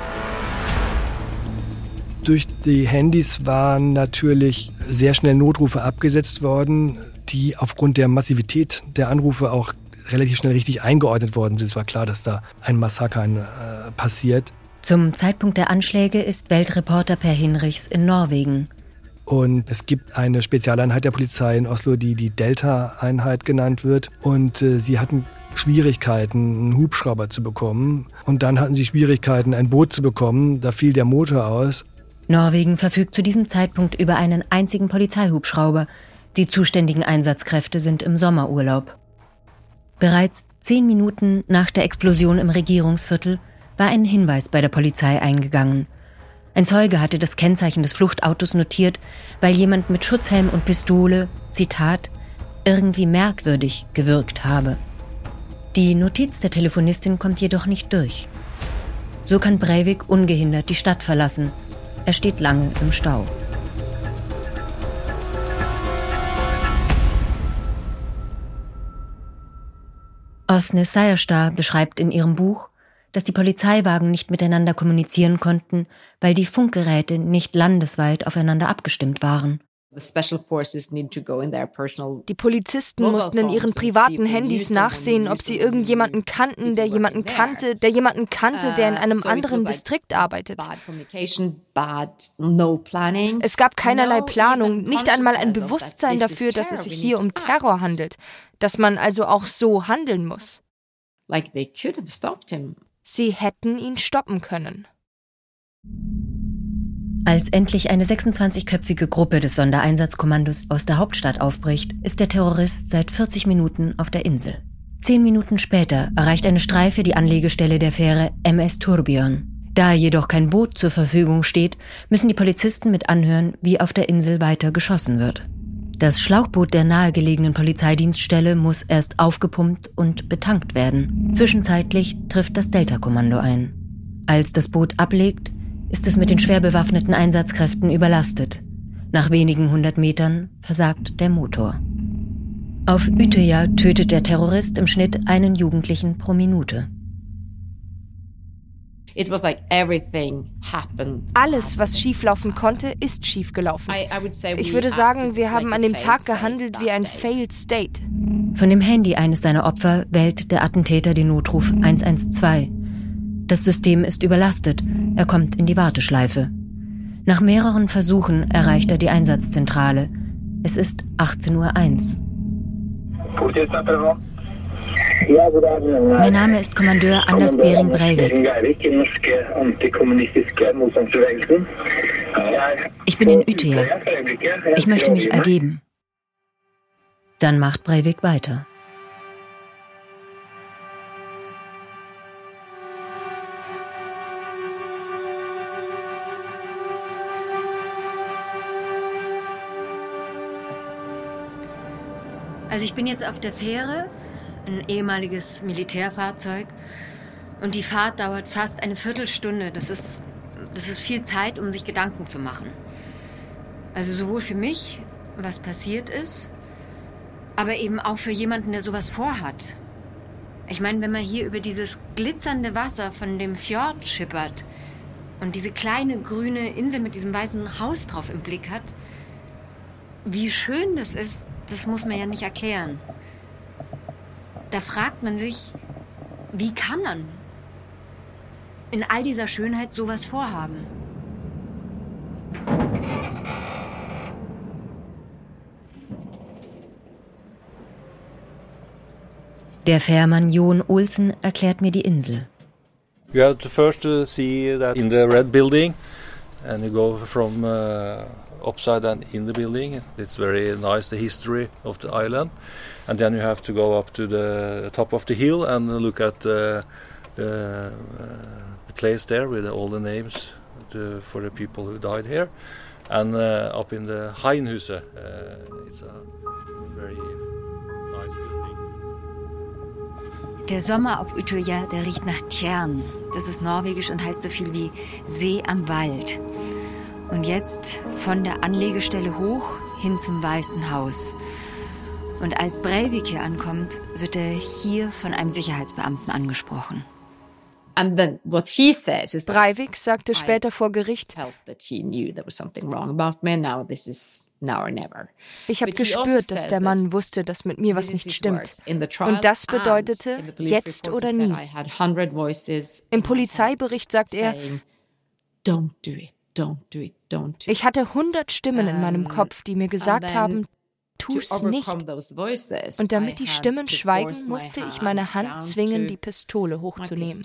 Durch die Handys waren natürlich sehr schnell Notrufe abgesetzt worden, die aufgrund der Massivität der Anrufe auch relativ schnell richtig eingeordnet worden sind. Es war klar, dass da ein Massaker äh, passiert. Zum Zeitpunkt der Anschläge ist Weltreporter Per Hinrichs in Norwegen. Und es gibt eine Spezialeinheit der Polizei in Oslo, die die Delta-Einheit genannt wird. Und äh, sie hatten Schwierigkeiten, einen Hubschrauber zu bekommen. Und dann hatten sie Schwierigkeiten, ein Boot zu bekommen. Da fiel der Motor aus. Norwegen verfügt zu diesem Zeitpunkt über einen einzigen Polizeihubschrauber. Die zuständigen Einsatzkräfte sind im Sommerurlaub. Bereits zehn Minuten nach der Explosion im Regierungsviertel war ein Hinweis bei der Polizei eingegangen. Ein Zeuge hatte das Kennzeichen des Fluchtautos notiert, weil jemand mit Schutzhelm und Pistole, Zitat, irgendwie merkwürdig gewirkt habe. Die Notiz der Telefonistin kommt jedoch nicht durch. So kann Breivik ungehindert die Stadt verlassen. Er steht lange im Stau. Åsne Seierstad beschreibt in ihrem Buch, dass die Polizeiwagen nicht miteinander kommunizieren konnten, weil die Funkgeräte nicht landesweit aufeinander abgestimmt waren. Die Polizisten mussten in ihren privaten Handys nachsehen, ob sie irgendjemanden kannten, der jemanden kannte, der jemanden kannte, der in einem anderen Distrikt arbeitet. Es gab keinerlei Planung, nicht einmal ein Bewusstsein dafür, dass es sich hier um Terror handelt, dass man also auch so handeln muss. Sie hätten ihn stoppen können. Als endlich eine sechsundzwanzigköpfige Gruppe des Sondereinsatzkommandos aus der Hauptstadt aufbricht, ist der Terrorist seit vierzig Minuten auf der Insel. Zehn Minuten später erreicht eine Streife die Anlegestelle der Fähre M S Torbjörn. Da jedoch kein Boot zur Verfügung steht, müssen die Polizisten mit anhören, wie auf der Insel weiter geschossen wird. Das Schlauchboot der nahegelegenen Polizeidienststelle muss erst aufgepumpt und betankt werden. Zwischenzeitlich trifft das Delta-Kommando ein. Als das Boot ablegt, ist es mit den schwer bewaffneten Einsatzkräften überlastet. Nach wenigen hundert Metern versagt der Motor. Auf Utøya tötet der Terrorist im Schnitt einen Jugendlichen pro Minute. Alles, was schieflaufen konnte, ist schiefgelaufen. Ich würde sagen, wir haben an dem Tag gehandelt wie ein failed state. Von dem Handy eines seiner Opfer wählt der Attentäter den Notruf eins eins zwei. Das System ist überlastet. Er kommt in die Warteschleife. Nach mehreren Versuchen erreicht er die Einsatzzentrale. Es ist achtzehn Uhr eins. Mein Name ist Kommandeur Anders Behring Breivik. Ich bin in Utøya. Ich möchte mich ergeben. Dann macht Breivik weiter. Also ich bin jetzt auf der Fähre, ein ehemaliges Militärfahrzeug, und die Fahrt dauert fast eine Viertelstunde. Das ist, das ist viel Zeit, um sich Gedanken zu machen. Also sowohl für mich, was passiert ist, aber eben auch für jemanden, der sowas vorhat. Ich meine, wenn man hier über dieses glitzernde Wasser von dem Fjord schippert und diese kleine grüne Insel mit diesem weißen Haus drauf im Blick hat, wie schön das ist, das muss man ja nicht erklären. Da fragt man sich, wie kann man in all dieser Schönheit sowas vorhaben? Der Fährmann Jon Olsen erklärt mir die Insel. You have to first to see that in the red building, and you go from uh, upside and in the building. It's very nice, the history of the island. And then you have to go up to the top of the hill and look at uh, the, uh, the place there with all the names to, for the people who died here. And uh, up in the Heinhuset, uh, it's a very nice building. Der Sommer auf Utøya, der riecht nach Tjern. Das ist norwegisch und heißt so viel wie See am Wald. Und jetzt von der Anlegestelle hoch hin zum Weißen Haus. Und als Breivik hier ankommt, wird er hier von einem Sicherheitsbeamten angesprochen. And then what he says is Breivik sagte später vor Gericht, ich habe gespürt, dass der Mann wusste, dass mit mir was nicht stimmt. Und das bedeutete, jetzt oder nie. Im Polizeibericht sagt er, ich hatte hundert Stimmen in meinem Kopf, die mir gesagt haben, tu's nicht. Und damit die Stimmen schweigen, musste ich meine Hand zwingen, die Pistole hochzunehmen.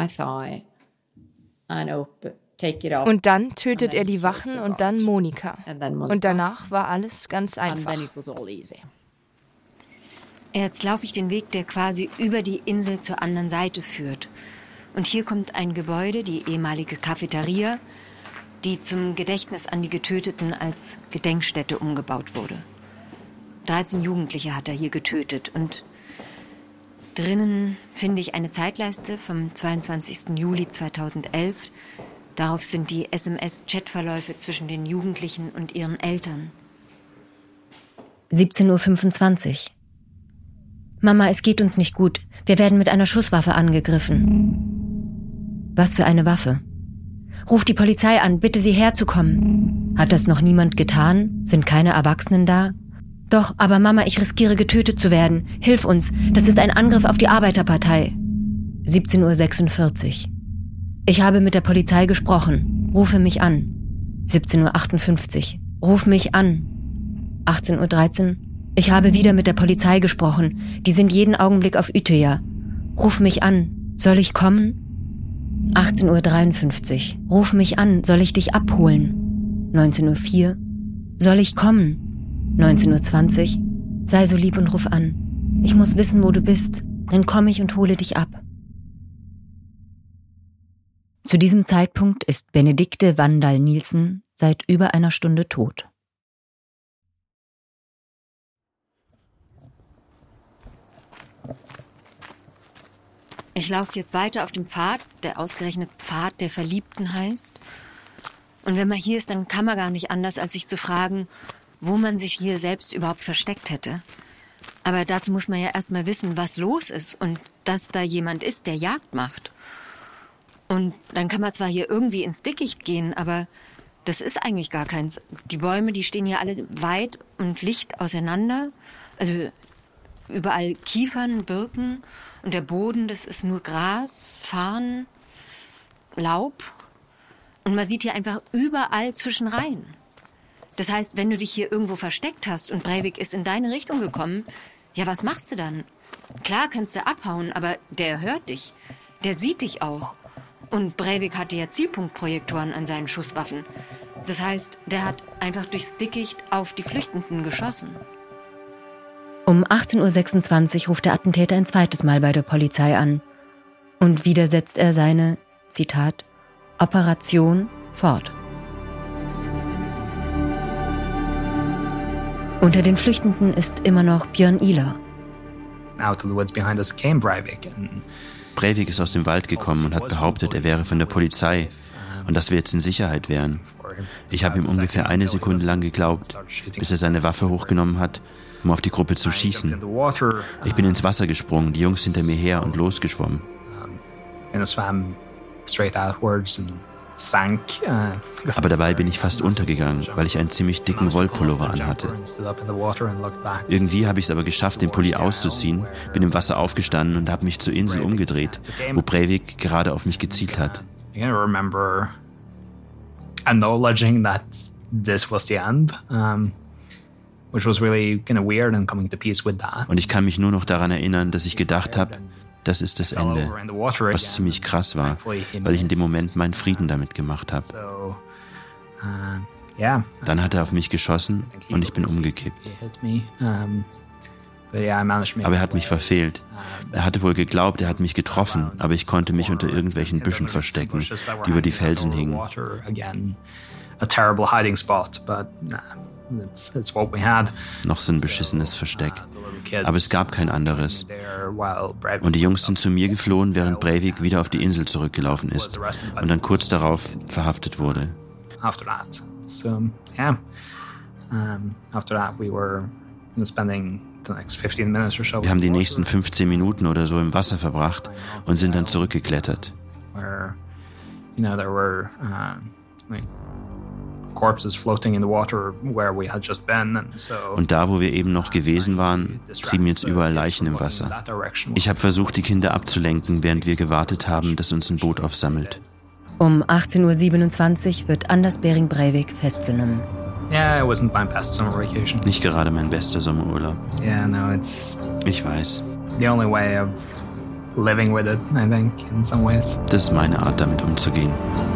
Und dann tötet er die Wachen und dann Monika. Und danach war alles ganz einfach. Jetzt laufe ich den Weg, der quasi über die Insel zur anderen Seite führt. Und hier kommt ein Gebäude, die ehemalige Cafeteria, die zum Gedächtnis an die Getöteten als Gedenkstätte umgebaut wurde. dreizehn Jugendliche hat er hier getötet und drinnen finde ich eine Zeitleiste vom zweiundzwanzigsten Juli zweitausendelf. Darauf sind die S M S-Chatverläufe zwischen den Jugendlichen und ihren Eltern. siebzehn Uhr fünfundzwanzig. Mama, es geht uns nicht gut. Wir werden mit einer Schusswaffe angegriffen. Was für eine Waffe? Ruf die Polizei an, bitte sie herzukommen. Hat das noch niemand getan? Sind keine Erwachsenen da? Doch, aber Mama, ich riskiere getötet zu werden. Hilf uns, das ist ein Angriff auf die Arbeiterpartei. siebzehn Uhr sechsundvierzig. Ich habe mit der Polizei gesprochen. Rufe mich an. siebzehn Uhr achtundfünfzig. Ruf mich an. achtzehn Uhr dreizehn. Ich habe wieder mit der Polizei gesprochen. Die sind jeden Augenblick auf Utøya. Ruf mich an. Soll ich kommen? achtzehn Uhr dreiundfünfzig. Ruf mich an. Soll ich dich abholen? neunzehn Uhr vier. Soll ich kommen? neunzehn Uhr zwanzig. Sei so lieb und ruf an. Ich muss wissen, wo du bist. Dann komme ich und hole dich ab. Zu diesem Zeitpunkt ist Benedikte Vandal Nielsen seit über einer Stunde tot. Ich laufe jetzt weiter auf dem Pfad, der ausgerechnet Pfad der Verliebten heißt. Und wenn man hier ist, dann kann man gar nicht anders, als sich zu fragen, wo man sich hier selbst überhaupt versteckt hätte. Aber dazu muss man ja erstmal wissen, was los ist und dass da jemand ist, der Jagd macht. Und dann kann man zwar hier irgendwie ins Dickicht gehen, aber das ist eigentlich gar keins. Die Bäume, die stehen hier alle weit und licht auseinander. Also überall Kiefern, Birken und der Boden, das ist nur Gras, Farn, Laub. Und man sieht hier einfach überall zwischen rein. Das heißt, wenn du dich hier irgendwo versteckt hast und Breivik ist in deine Richtung gekommen, ja, was machst du dann? Klar kannst du abhauen, aber der hört dich. Der sieht dich auch. Und Breivik hatte ja Zielpunktprojektoren an seinen Schusswaffen. Das heißt, der hat einfach durchs Dickicht auf die Flüchtenden geschossen. Um achtzehn Uhr sechsundzwanzig ruft der Attentäter ein zweites Mal bei der Polizei an. Und wieder setzt er seine, Zitat, Operation fort. Unter den Flüchtenden ist immer noch Björn Ihler. Out of the woods behind us came Breivik. Breivik ist aus dem Wald gekommen und hat behauptet, er wäre von der Polizei und dass wir jetzt in Sicherheit wären. Ich habe ihm ungefähr eine Sekunde lang geglaubt, bis er seine Waffe hochgenommen hat, um auf die Gruppe zu schießen. Ich bin ins Wasser gesprungen, die Jungs hinter mir her und losgeschwommen. Aber dabei bin ich fast untergegangen, weil ich einen ziemlich dicken Wollpullover anhatte. Irgendwie habe ich es aber geschafft, den Pulli auszuziehen, bin im Wasser aufgestanden und habe mich zur Insel umgedreht, wo Breivik gerade auf mich gezielt hat. Acknowledging that this was the end, um, which was really kind of weird and coming to peace with that. Und ich kann mich nur noch daran erinnern, dass ich gedacht habe, das ist das Ende, was ziemlich krass war, weil ich in dem Moment meinen Frieden damit gemacht habe. Dann hat er auf mich geschossen und ich bin umgekippt. Aber er hat mich verfehlt. Er hatte wohl geglaubt, er hat mich getroffen, aber ich konnte mich unter irgendwelchen Büschen verstecken, die über die Felsen hingen. Noch so ein beschissenes Versteck. Aber es gab kein anderes. Und die Jungs sind zu mir geflohen, während Breivik wieder auf die Insel zurückgelaufen ist und dann kurz darauf verhaftet wurde. After that. So, yeah. Um, after that we were spending the next fifteen minutes or so. Wir haben die nächsten fünfzehn Minuten oder so im Wasser verbracht und sind dann zurückgeklettert. Where, you know, there were uh, like corpses floating in the water where we had just been, and so. Und da, wo wir eben noch gewesen waren, trieben jetzt überall Leichen im Wasser. Ich habe versucht, die Kinder abzulenken, während wir gewartet haben, dass uns ein Boot aufsammelt. Um achtzehn Uhr siebenundzwanzig wird Anders Behring Breivik festgenommen. Yeah, it wasn't my best summer vacation. Nicht gerade mein bester Sommerurlaub. Yeah, no, it's. Ich weiß. The only way of living with it, I think, in some ways. Das ist meine Art, damit umzugehen.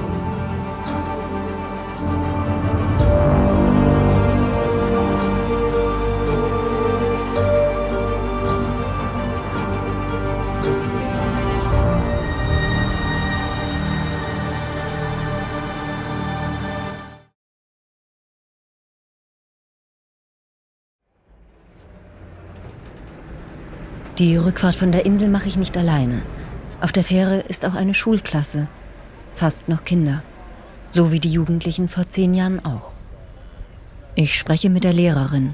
Die Rückfahrt von der Insel mache ich nicht alleine. Auf der Fähre ist auch eine Schulklasse. Fast noch Kinder. So wie die Jugendlichen vor zehn Jahren auch. Ich spreche mit der Lehrerin.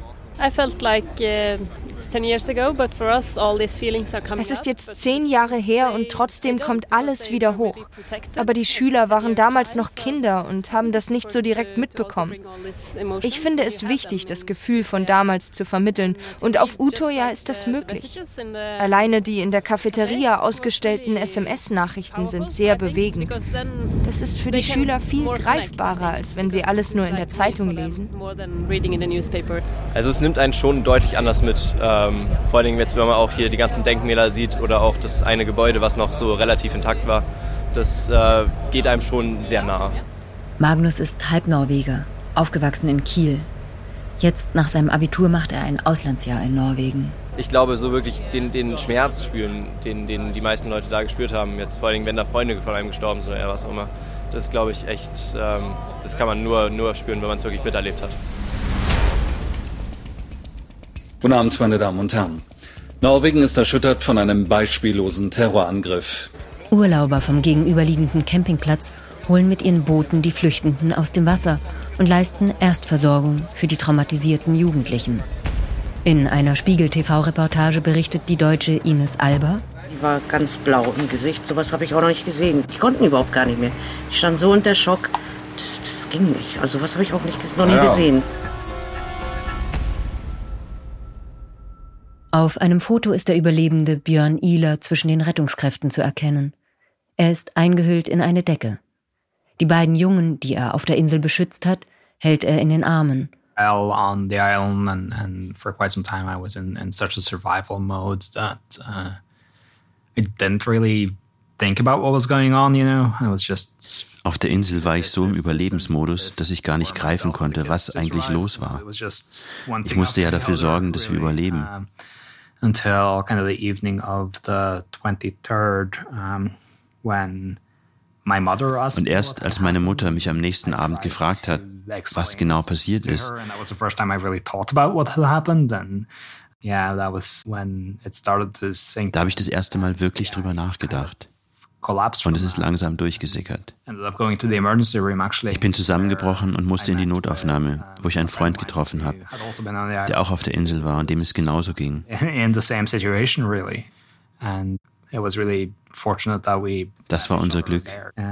Es ist jetzt zehn Jahre her und trotzdem kommt alles wieder hoch. Aber die Schüler waren damals noch Kinder und haben das nicht so direkt mitbekommen. Ich finde es wichtig, das Gefühl von damals zu vermitteln. Und auf Utøya ist das möglich. Alleine die in der Cafeteria ausgestellten S M S-Nachrichten sind sehr bewegend. Das ist für die Schüler viel greifbarer, als wenn sie alles nur in der Zeitung lesen. Also es nimmt einen schon deutlich anders mit. Ähm, vor allem jetzt, wenn man auch hier die ganzen Denkmäler sieht oder auch das eine Gebäude, was noch so relativ intakt war. Das äh, geht einem schon sehr nahe. Magnus ist Halbnorweger, aufgewachsen in Kiel. Jetzt nach seinem Abitur macht er ein Auslandsjahr in Norwegen. Ich glaube, so wirklich den, den Schmerz spüren, den, den die meisten Leute da gespürt haben. Jetzt vor allem, wenn da Freunde von einem gestorben sind oder was auch immer. Das glaube ich echt, ähm, das kann man nur, nur spüren, wenn man es wirklich miterlebt hat. Guten Abend, meine Damen und Herren. Norwegen ist erschüttert von einem beispiellosen Terrorangriff. Urlauber vom gegenüberliegenden Campingplatz holen mit ihren Booten die Flüchtenden aus dem Wasser und leisten Erstversorgung für die traumatisierten Jugendlichen. In einer Spiegel-T V-Reportage berichtet die Deutsche Ines Alber. Die war ganz blau im Gesicht, sowas habe ich auch noch nicht gesehen. Die konnten überhaupt gar nicht mehr. Die standen so unter Schock, das, das ging nicht. Also was habe ich auch nicht, noch nie ja. gesehen. Auf einem Foto ist der Überlebende Björn Ihler zwischen den Rettungskräften zu erkennen. Er ist eingehüllt in eine Decke. Die beiden Jungen, die er auf der Insel beschützt hat, hält er in den Armen. On the island and, and for quite some time I was in, in such a survival mode that uh, I didn't really think about what was going on, you know. I was just Auf der Insel war ich so im Überlebensmodus, dass ich gar nicht greifen konnte, was eigentlich los war. Ich musste ja dafür sorgen, dass wir überleben. Until kind of the evening of the twenty-third, um, when my mother asked. Und erst als meine Mutter mich am nächsten Abend gefragt hat, was genau passiert ist. And that was the first time I really thought about what had happened, and yeah, that was when it started to sink. Da habe ich das erste Mal wirklich drüber nachgedacht. Und es ist langsam durchgesickert. Ich bin zusammengebrochen und musste in die Notaufnahme, wo ich einen Freund getroffen habe, der auch auf der Insel war und dem es genauso ging. Das war unser Glück.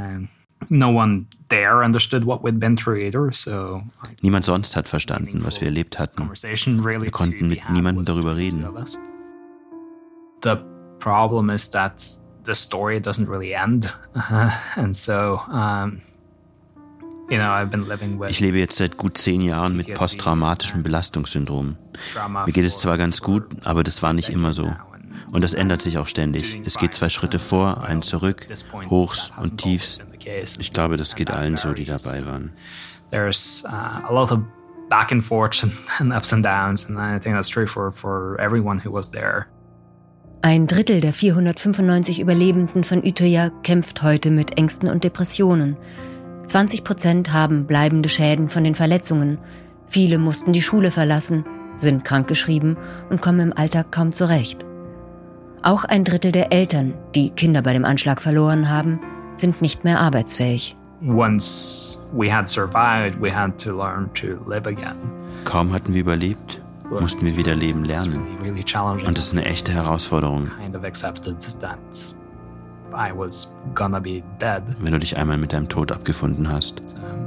Niemand sonst hat verstanden, was wir erlebt hatten. Wir konnten mit niemandem darüber reden. The problem is that the story doesn't really end, uh, and so um, you know, I've been living with. Ich lebe jetzt seit gut zehn Jahren mit posttraumatischem Belastungssyndrom. Mir geht es zwar ganz gut, aber das war nicht immer so. Und das ändert sich auch ständig. Es geht zwei Schritte vor, einen zurück, Hochs und Tiefs. Ich glaube, das geht allen so, die dabei waren. There's uh, a lot of back and forth and ups and downs. And I think that's true for, for everyone who was there. Ein Drittel der vierhundertfünfundneunzig Überlebenden von Utøya kämpft heute mit Ängsten und Depressionen. zwanzig Prozent haben bleibende Schäden von den Verletzungen. Viele mussten die Schule verlassen, sind krankgeschrieben und kommen im Alltag kaum zurecht. Auch ein Drittel der Eltern, die Kinder bei dem Anschlag verloren haben, sind nicht mehr arbeitsfähig. Once we had survived, we had to learn to live again. Kaum hatten wir überlebt, mussten wir wieder leben lernen. Und das ist eine echte Herausforderung. Wenn du dich einmal mit deinem Tod abgefunden hast.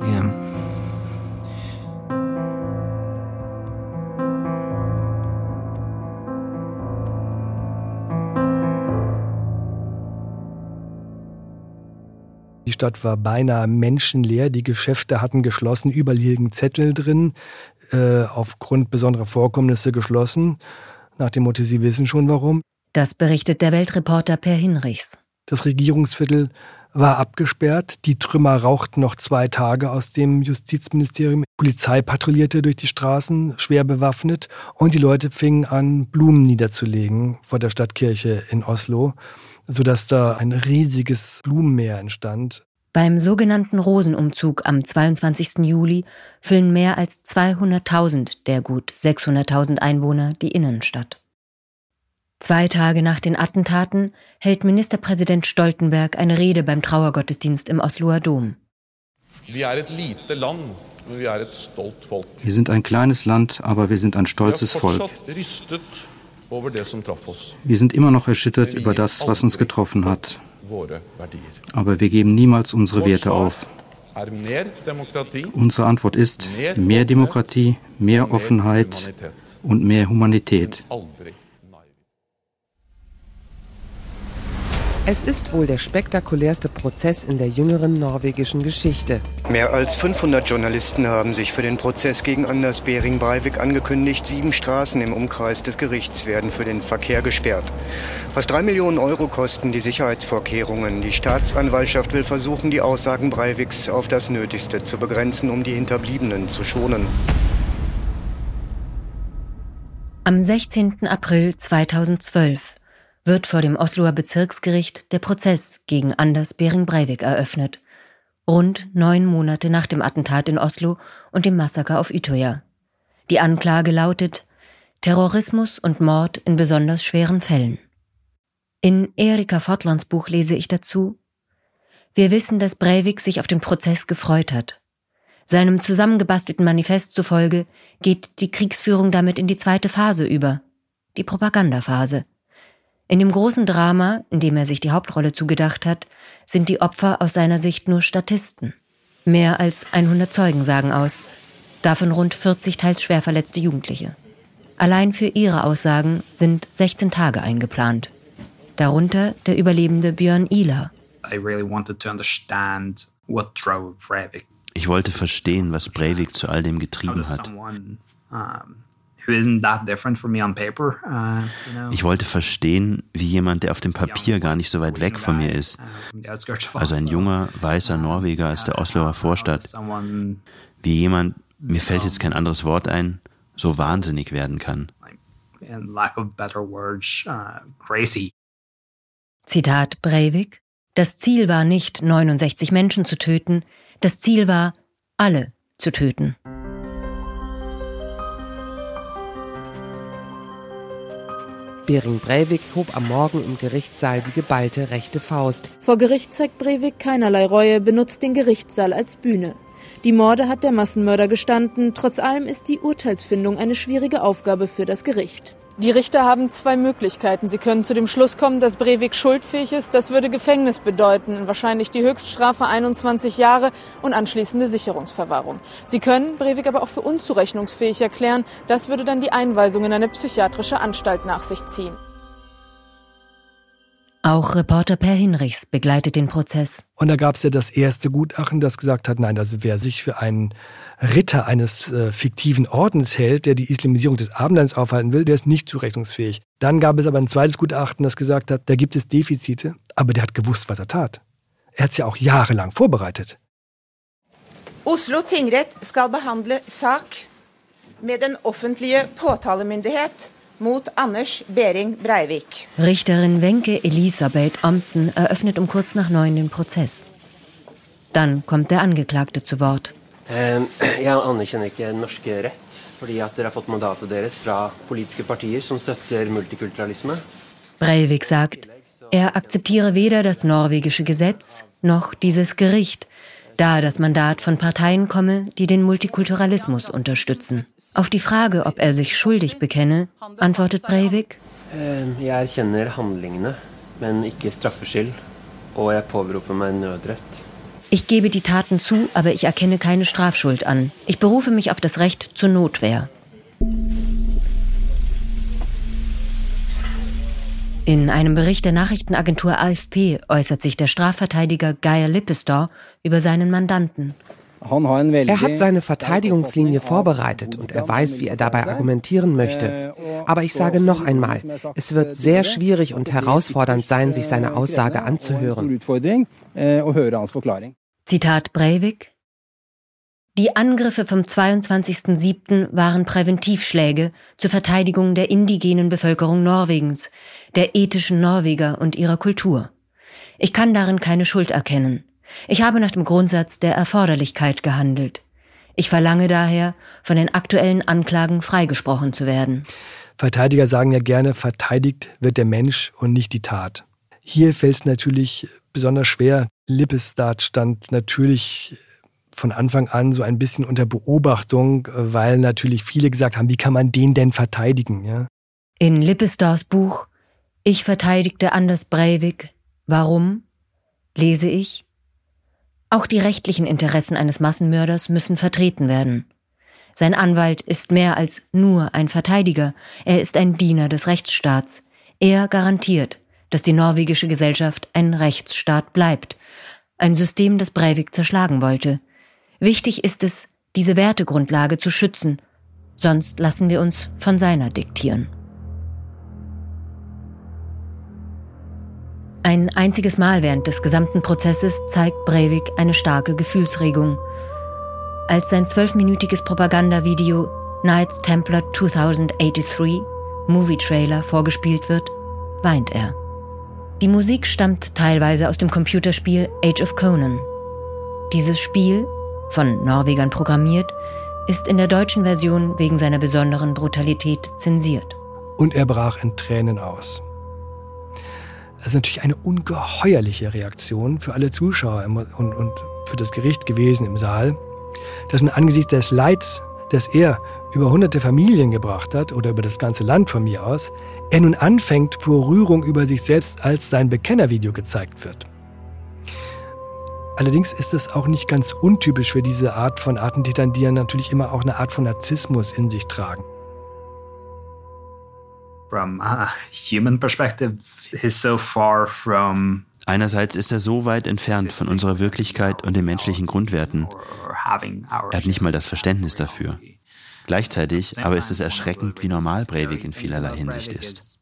Die Stadt war beinahe menschenleer, die Geschäfte hatten geschlossen, überall liegen Zettel drin, äh, aufgrund besonderer Vorkommnisse geschlossen. Nach dem Motto, Sie wissen schon warum. Das berichtet der Weltreporter Per Hinrichs. Das Regierungsviertel war abgesperrt, die Trümmer rauchten noch zwei Tage aus dem Justizministerium. Die Polizei patrouillierte durch die Straßen, schwer bewaffnet, und die Leute fingen an, Blumen niederzulegen vor der Stadtkirche in Oslo, sodass da ein riesiges Blumenmeer entstand. Beim sogenannten Rosenumzug am zweiundzwanzigsten Juli füllen mehr als zweihunderttausend der gut sechshunderttausend Einwohner die Innenstadt. Zwei Tage nach den Attentaten hält Ministerpräsident Stoltenberg eine Rede beim Trauergottesdienst im Osloer Dom. Wir sind ein kleines Land, aber wir sind ein stolzes Volk. Wir sind immer noch erschüttert über das, was uns getroffen hat. Aber wir geben niemals unsere Werte auf. Unsere Antwort ist mehr Demokratie, mehr Offenheit und mehr Humanität. Es ist wohl der spektakulärste Prozess in der jüngeren norwegischen Geschichte. Mehr als fünfhundert Journalisten haben sich für den Prozess gegen Anders Behring Breivik angekündigt. Sieben Straßen im Umkreis des Gerichts werden für den Verkehr gesperrt. Fast drei Millionen Euro kosten die Sicherheitsvorkehrungen. Die Staatsanwaltschaft will versuchen, die Aussagen Breiviks auf das Nötigste zu begrenzen, um die Hinterbliebenen zu schonen. Am sechzehnten April zweitausendzwölf wird vor dem Osloer Bezirksgericht der Prozess gegen Anders Behring Breivik eröffnet. Rund neun Monate nach dem Attentat in Oslo und dem Massaker auf Utøya. Die Anklage lautet Terrorismus und Mord in besonders schweren Fällen. In Erika Fortlands Buch lese ich dazu: Wir wissen, dass Breivik sich auf den Prozess gefreut hat. Seinem zusammengebastelten Manifest zufolge geht die Kriegsführung damit in die zweite Phase über, die Propagandaphase. In dem großen Drama, in dem er sich die Hauptrolle zugedacht hat, sind die Opfer aus seiner Sicht nur Statisten. Mehr als hundert Zeugen sagen aus, davon rund vierzig teils schwer verletzte Jugendliche. Allein für ihre Aussagen sind sechzehn Tage eingeplant. Darunter der Überlebende Bjørn Ila. Ich wollte verstehen, was Breivik zu all dem getrieben hat. Ich wollte verstehen, wie jemand, der auf dem Papier gar nicht so weit weg von mir ist, also ein junger, weißer Norweger aus der Osloer Vorstadt, wie jemand, mir fällt jetzt kein anderes Wort ein, so wahnsinnig werden kann. Zitat Breivik: Das Ziel war nicht, neunundsechzig Menschen zu töten, das Ziel war, alle zu töten. Behring Breivik hob am Morgen im Gerichtssaal die geballte rechte Faust. Vor Gericht zeigt Breivik keinerlei Reue, benutzt den Gerichtssaal als Bühne. Die Morde hat der Massenmörder gestanden, trotz allem ist die Urteilsfindung eine schwierige Aufgabe für das Gericht. Die Richter haben zwei Möglichkeiten. Sie können zu dem Schluss kommen, dass Breivik schuldfähig ist. Das würde Gefängnis bedeuten, wahrscheinlich die Höchststrafe einundzwanzig Jahre und anschließende Sicherungsverwahrung. Sie können Breivik aber auch für unzurechnungsfähig erklären. Das würde dann die Einweisung in eine psychiatrische Anstalt nach sich ziehen. Auch Reporter Per Hinrichs begleitet den Prozess. Und da gab es ja das erste Gutachten, das gesagt hat, nein, also wer sich für einen Ritter eines äh, fiktiven Ordens hält, der die Islamisierung des Abendlands aufhalten will, der ist nicht zurechnungsfähig. Dann gab es aber ein zweites Gutachten, das gesagt hat, da gibt es Defizite, aber der hat gewusst, was er tat. Er hat es ja auch jahrelang vorbereitet. Oslo tingrett skal behandle sak med den offentlige påtalemyndighet mot Anders Behring Breivik. Richterin Wenche Elisabeth Amtsen eröffnet um kurz nach neun den Prozess. Dann kommt der Angeklagte zu Wort. Jeg anerkjenner ikke norsk rett, fordi at dere har fått mandatet deres fra politiske partier som støtter multikulturalisme. Breivik sagt, er akzeptiere weder das norwegische Gesetz noch dieses Gericht, da das Mandat von Parteien komme, die den Multikulturalismus unterstützen. Auf die Frage, ob er sich schuldig bekenne, antwortet Breivik: Jeg erkjenner handlingene, men ikke straffskyld, og jeg påberoper meg nødrett. Ich gebe die Taten zu, aber ich erkenne keine Strafschuld an. Ich berufe mich auf das Recht zur Notwehr. In einem Bericht der Nachrichtenagentur A F P äußert sich der Strafverteidiger Geir Lippestad über seinen Mandanten. Er hat seine Verteidigungslinie vorbereitet und er weiß, wie er dabei argumentieren möchte. Aber ich sage noch einmal, es wird sehr schwierig und herausfordernd sein, sich seine Aussage anzuhören. Zitat Breivik: Die Angriffe vom zweiundzwanzigsten siebten waren Präventivschläge zur Verteidigung der indigenen Bevölkerung Norwegens, der ethischen Norweger und ihrer Kultur. Ich kann darin keine Schuld erkennen. Ich habe nach dem Grundsatz der Erforderlichkeit gehandelt. Ich verlange daher, von den aktuellen Anklagen freigesprochen zu werden. Verteidiger sagen ja gerne, verteidigt wird der Mensch und nicht die Tat. Hier fällt es natürlich besonders schwer. Lippestad stand natürlich von Anfang an so ein bisschen unter Beobachtung, weil natürlich viele gesagt haben, wie kann man den denn verteidigen? Ja? In Lippestads Buch »Ich verteidigte Anders Breivik. Warum?« lese ich: Auch die rechtlichen Interessen eines Massenmörders müssen vertreten werden. Sein Anwalt ist mehr als nur ein Verteidiger, er ist ein Diener des Rechtsstaats. Er garantiert, dass die norwegische Gesellschaft ein Rechtsstaat bleibt. Ein System, das Breivik zerschlagen wollte. Wichtig ist es, diese Wertegrundlage zu schützen, sonst lassen wir uns von seiner diktieren. Ein einziges Mal während des gesamten Prozesses zeigt Breivik eine starke Gefühlsregung. Als sein zwölfminütiges Propagandavideo Knights Templar zweitausenddreiundachtzig, Movie-Trailer, vorgespielt wird, weint er. Die Musik stammt teilweise aus dem Computerspiel Age of Conan. Dieses Spiel, von Norwegern programmiert, ist in der deutschen Version wegen seiner besonderen Brutalität zensiert. Und er brach in Tränen aus. Das ist natürlich eine ungeheuerliche Reaktion für alle Zuschauer und, und für das Gericht gewesen im Saal, dass nun angesichts des Leids, das er über hunderte Familien gebracht hat oder über das ganze Land von mir aus, er nun anfängt, vor Rührung über sich selbst als sein Bekennervideo gezeigt wird. Allerdings ist das auch nicht ganz untypisch für diese Art von Attentätern, die ja natürlich immer auch eine Art von Narzissmus in sich tragen. From a human perspective, he's so far from. Einerseits ist er so weit entfernt von unserer Wirklichkeit und den menschlichen Grundwerten. Er hat nicht mal das Verständnis dafür. Gleichzeitig aber ist es erschreckend, wie normal Breivik in vielerlei Hinsicht ist.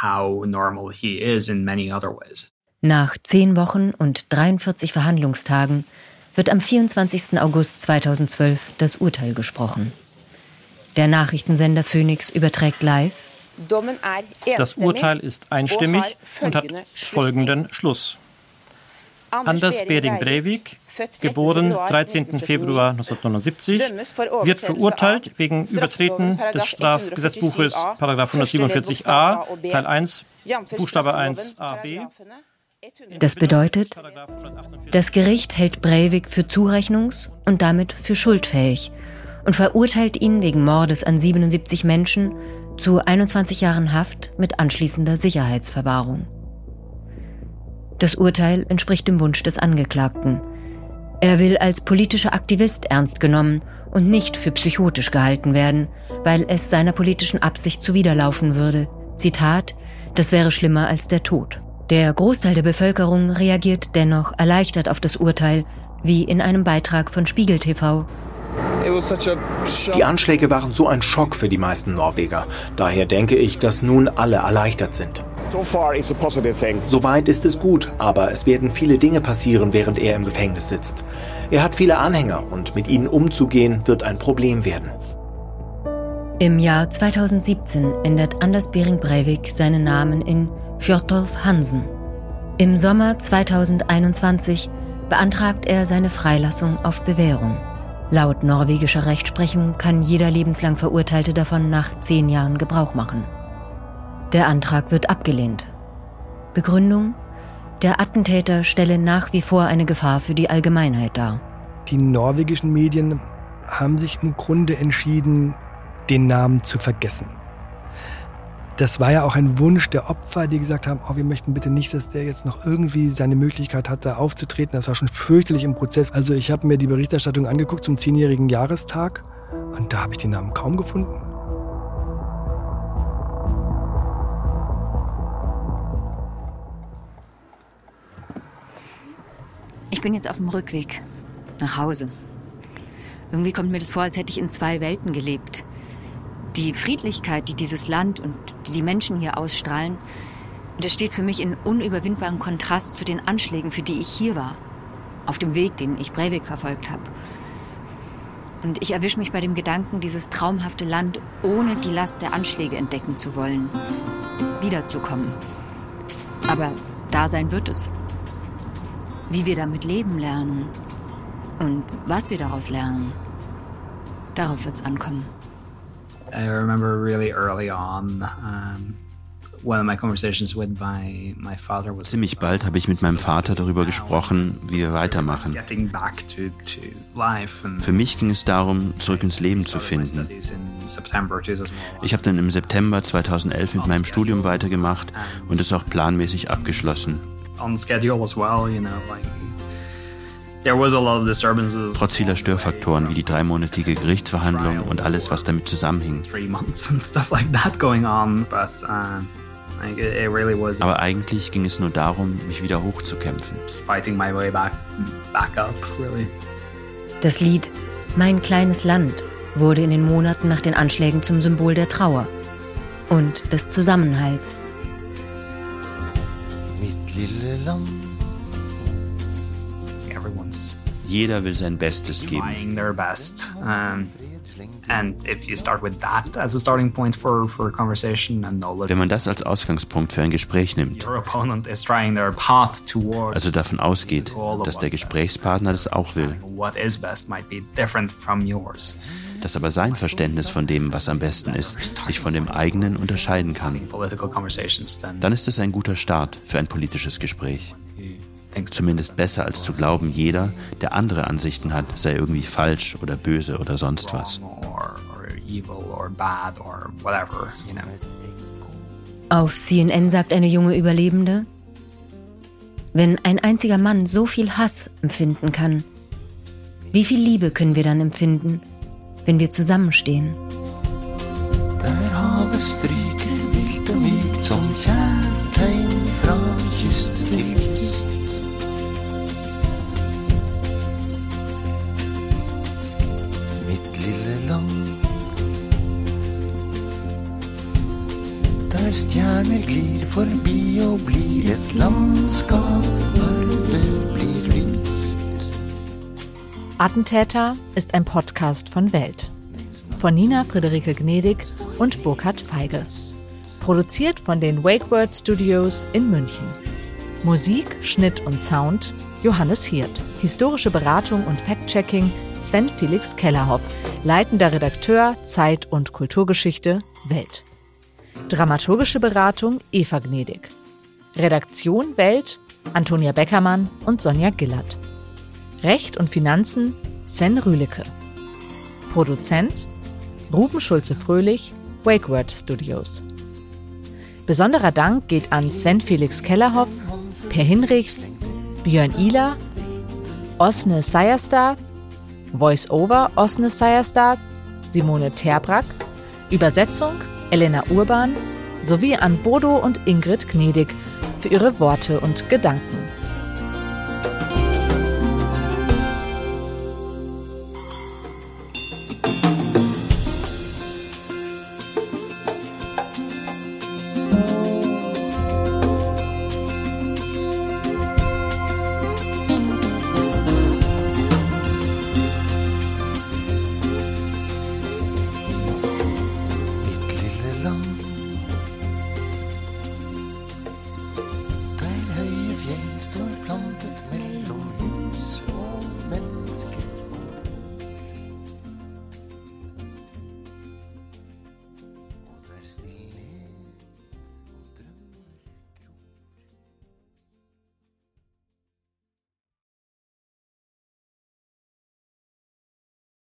Nach zehn Wochen und dreiundvierzig Verhandlungstagen wird am vierundzwanzigsten August zweitausendzwölf das Urteil gesprochen. Der Nachrichtensender Phoenix überträgt live: Das Urteil ist einstimmig und hat folgenden Schluss. Anders Behring Breivik, geboren dreizehnten Februar neunzehnhundertneunundsiebzig, wird verurteilt wegen Übertreten des Strafgesetzbuches Paragraph hundertsiebenundvierzig a, Teil eins, Buchstabe eins a b. Das bedeutet, das Gericht hält Breivik für zurechnungs- und damit für schuldfähig und verurteilt ihn wegen Mordes an siebenundsiebzig Menschen zu einundzwanzig Jahren Haft mit anschließender Sicherheitsverwahrung. Das Urteil entspricht dem Wunsch des Angeklagten. Er will als politischer Aktivist ernst genommen und nicht für psychotisch gehalten werden, weil es seiner politischen Absicht zuwiderlaufen würde. Zitat: Das wäre schlimmer als der Tod. Der Großteil der Bevölkerung reagiert dennoch erleichtert auf das Urteil, wie in einem Beitrag von Spiegel T V. Die Anschläge waren so ein Schock für die meisten Norweger. Daher denke ich, dass nun alle erleichtert sind. Soweit ist es gut, aber es werden viele Dinge passieren, während er im Gefängnis sitzt. Er hat viele Anhänger und mit ihnen umzugehen wird ein Problem werden. Im Jahr zweitausendsiebzehn ändert Anders Behring Breivik seinen Namen in Fjørtolf Hansen. Im Sommer zweitausendeinundzwanzig beantragt er seine Freilassung auf Bewährung. Laut norwegischer Rechtsprechung kann jeder lebenslang Verurteilte davon nach zehn Jahren Gebrauch machen. Der Antrag wird abgelehnt. Begründung: Der Attentäter stelle nach wie vor eine Gefahr für die Allgemeinheit dar. Die norwegischen Medien haben sich im Grunde entschieden, den Namen zu vergessen. Das war ja auch ein Wunsch der Opfer, die gesagt haben, oh, wir möchten bitte nicht, dass der jetzt noch irgendwie seine Möglichkeit hat, da aufzutreten. Das war schon fürchterlich im Prozess. Also ich habe mir die Berichterstattung angeguckt zum zehnjährigen Jahrestag und da habe ich den Namen kaum gefunden. Ich bin jetzt auf dem Rückweg nach Hause. Irgendwie kommt mir das vor, als hätte ich in zwei Welten gelebt. Die Friedlichkeit, die dieses Land und die die Menschen hier ausstrahlen, das steht für mich in unüberwindbarem Kontrast zu den Anschlägen, für die ich hier war. Auf dem Weg, den ich Breivik verfolgt habe. Und ich erwische mich bei dem Gedanken, dieses traumhafte Land ohne die Last der Anschläge entdecken zu wollen, wiederzukommen. Aber da sein wird es. Wie wir damit leben lernen und was wir daraus lernen, darauf wird es ankommen. I remember really early on, um, one of my conversations with my, my father was. Ziemlich bald habe ich mit meinem Vater darüber gesprochen, wie wir weitermachen. Getting back to, to life and Für mich ging es darum, zurück ins Leben zu finden. Ich habe dann im September zweitausendelf mit meinem Studium weitergemacht und es auch planmäßig abgeschlossen. on schedule as well, you know, like there was a lot of disturbances. Trotz vieler Störfaktoren wie die dreimonatige Gerichtsverhandlung und alles, was damit zusammenhing. Three months and stuff like that going on, but uh, like it, it really was. Aber eigentlich ging es nur darum, mich wieder hochzukämpfen. Just fighting my way back, back up, really. Das Lied Mein kleines Land wurde in den Monaten nach den Anschlägen zum Symbol der Trauer und des Zusammenhalts. Jeder will sein Bestes geben. Wenn man das als Ausgangspunkt für ein Gespräch nimmt, also davon ausgeht, dass der Gesprächspartner das auch will, dass aber sein Verständnis von dem, was am besten ist, sich von dem eigenen unterscheiden kann, dann ist es ein guter Start für ein politisches Gespräch. Zumindest besser als zu glauben, jeder, der andere Ansichten hat, sei irgendwie falsch oder böse oder sonst was. Auf C N N sagt eine junge Überlebende: Wenn ein einziger Mann so viel Hass empfinden kann, wie viel Liebe können wir dann empfinden, wenn wir zusammenstehen? Der havet stryker vilt og mykt som kjærtegn fra kyst til kyst. Mitt lille land, der stjerner glir forbi og blir et landskap når det blir lyst. Attentäter ist ein Podcast von Welt. Von Nina Friederike Gnedig und Burkhard Feige. Produziert von den Wake Word Studios in München. Musik, Schnitt und Sound Johannes Hirt. Historische Beratung und Fact-Checking Sven Felix Kellerhoff. Leitender Redakteur Zeit- und Kulturgeschichte Welt. Dramaturgische Beratung Eva Gnedig. Redaktion Welt Antonia Beckermann und Sonja Gillert. Recht und Finanzen Sven Rühlecke. Produzent Ruben Schulze-Fröhlich, Wake Word Studios. Besonderer Dank geht an Sven Felix Kellerhoff, Per Hinrichs, Björn Ihler, Åsne Seierstad, Voice-Over Åsne Seierstad, Simone Terbrack, Übersetzung Elena Urban sowie an Bodo und Ingrid Gnedig für ihre Worte und Gedanken.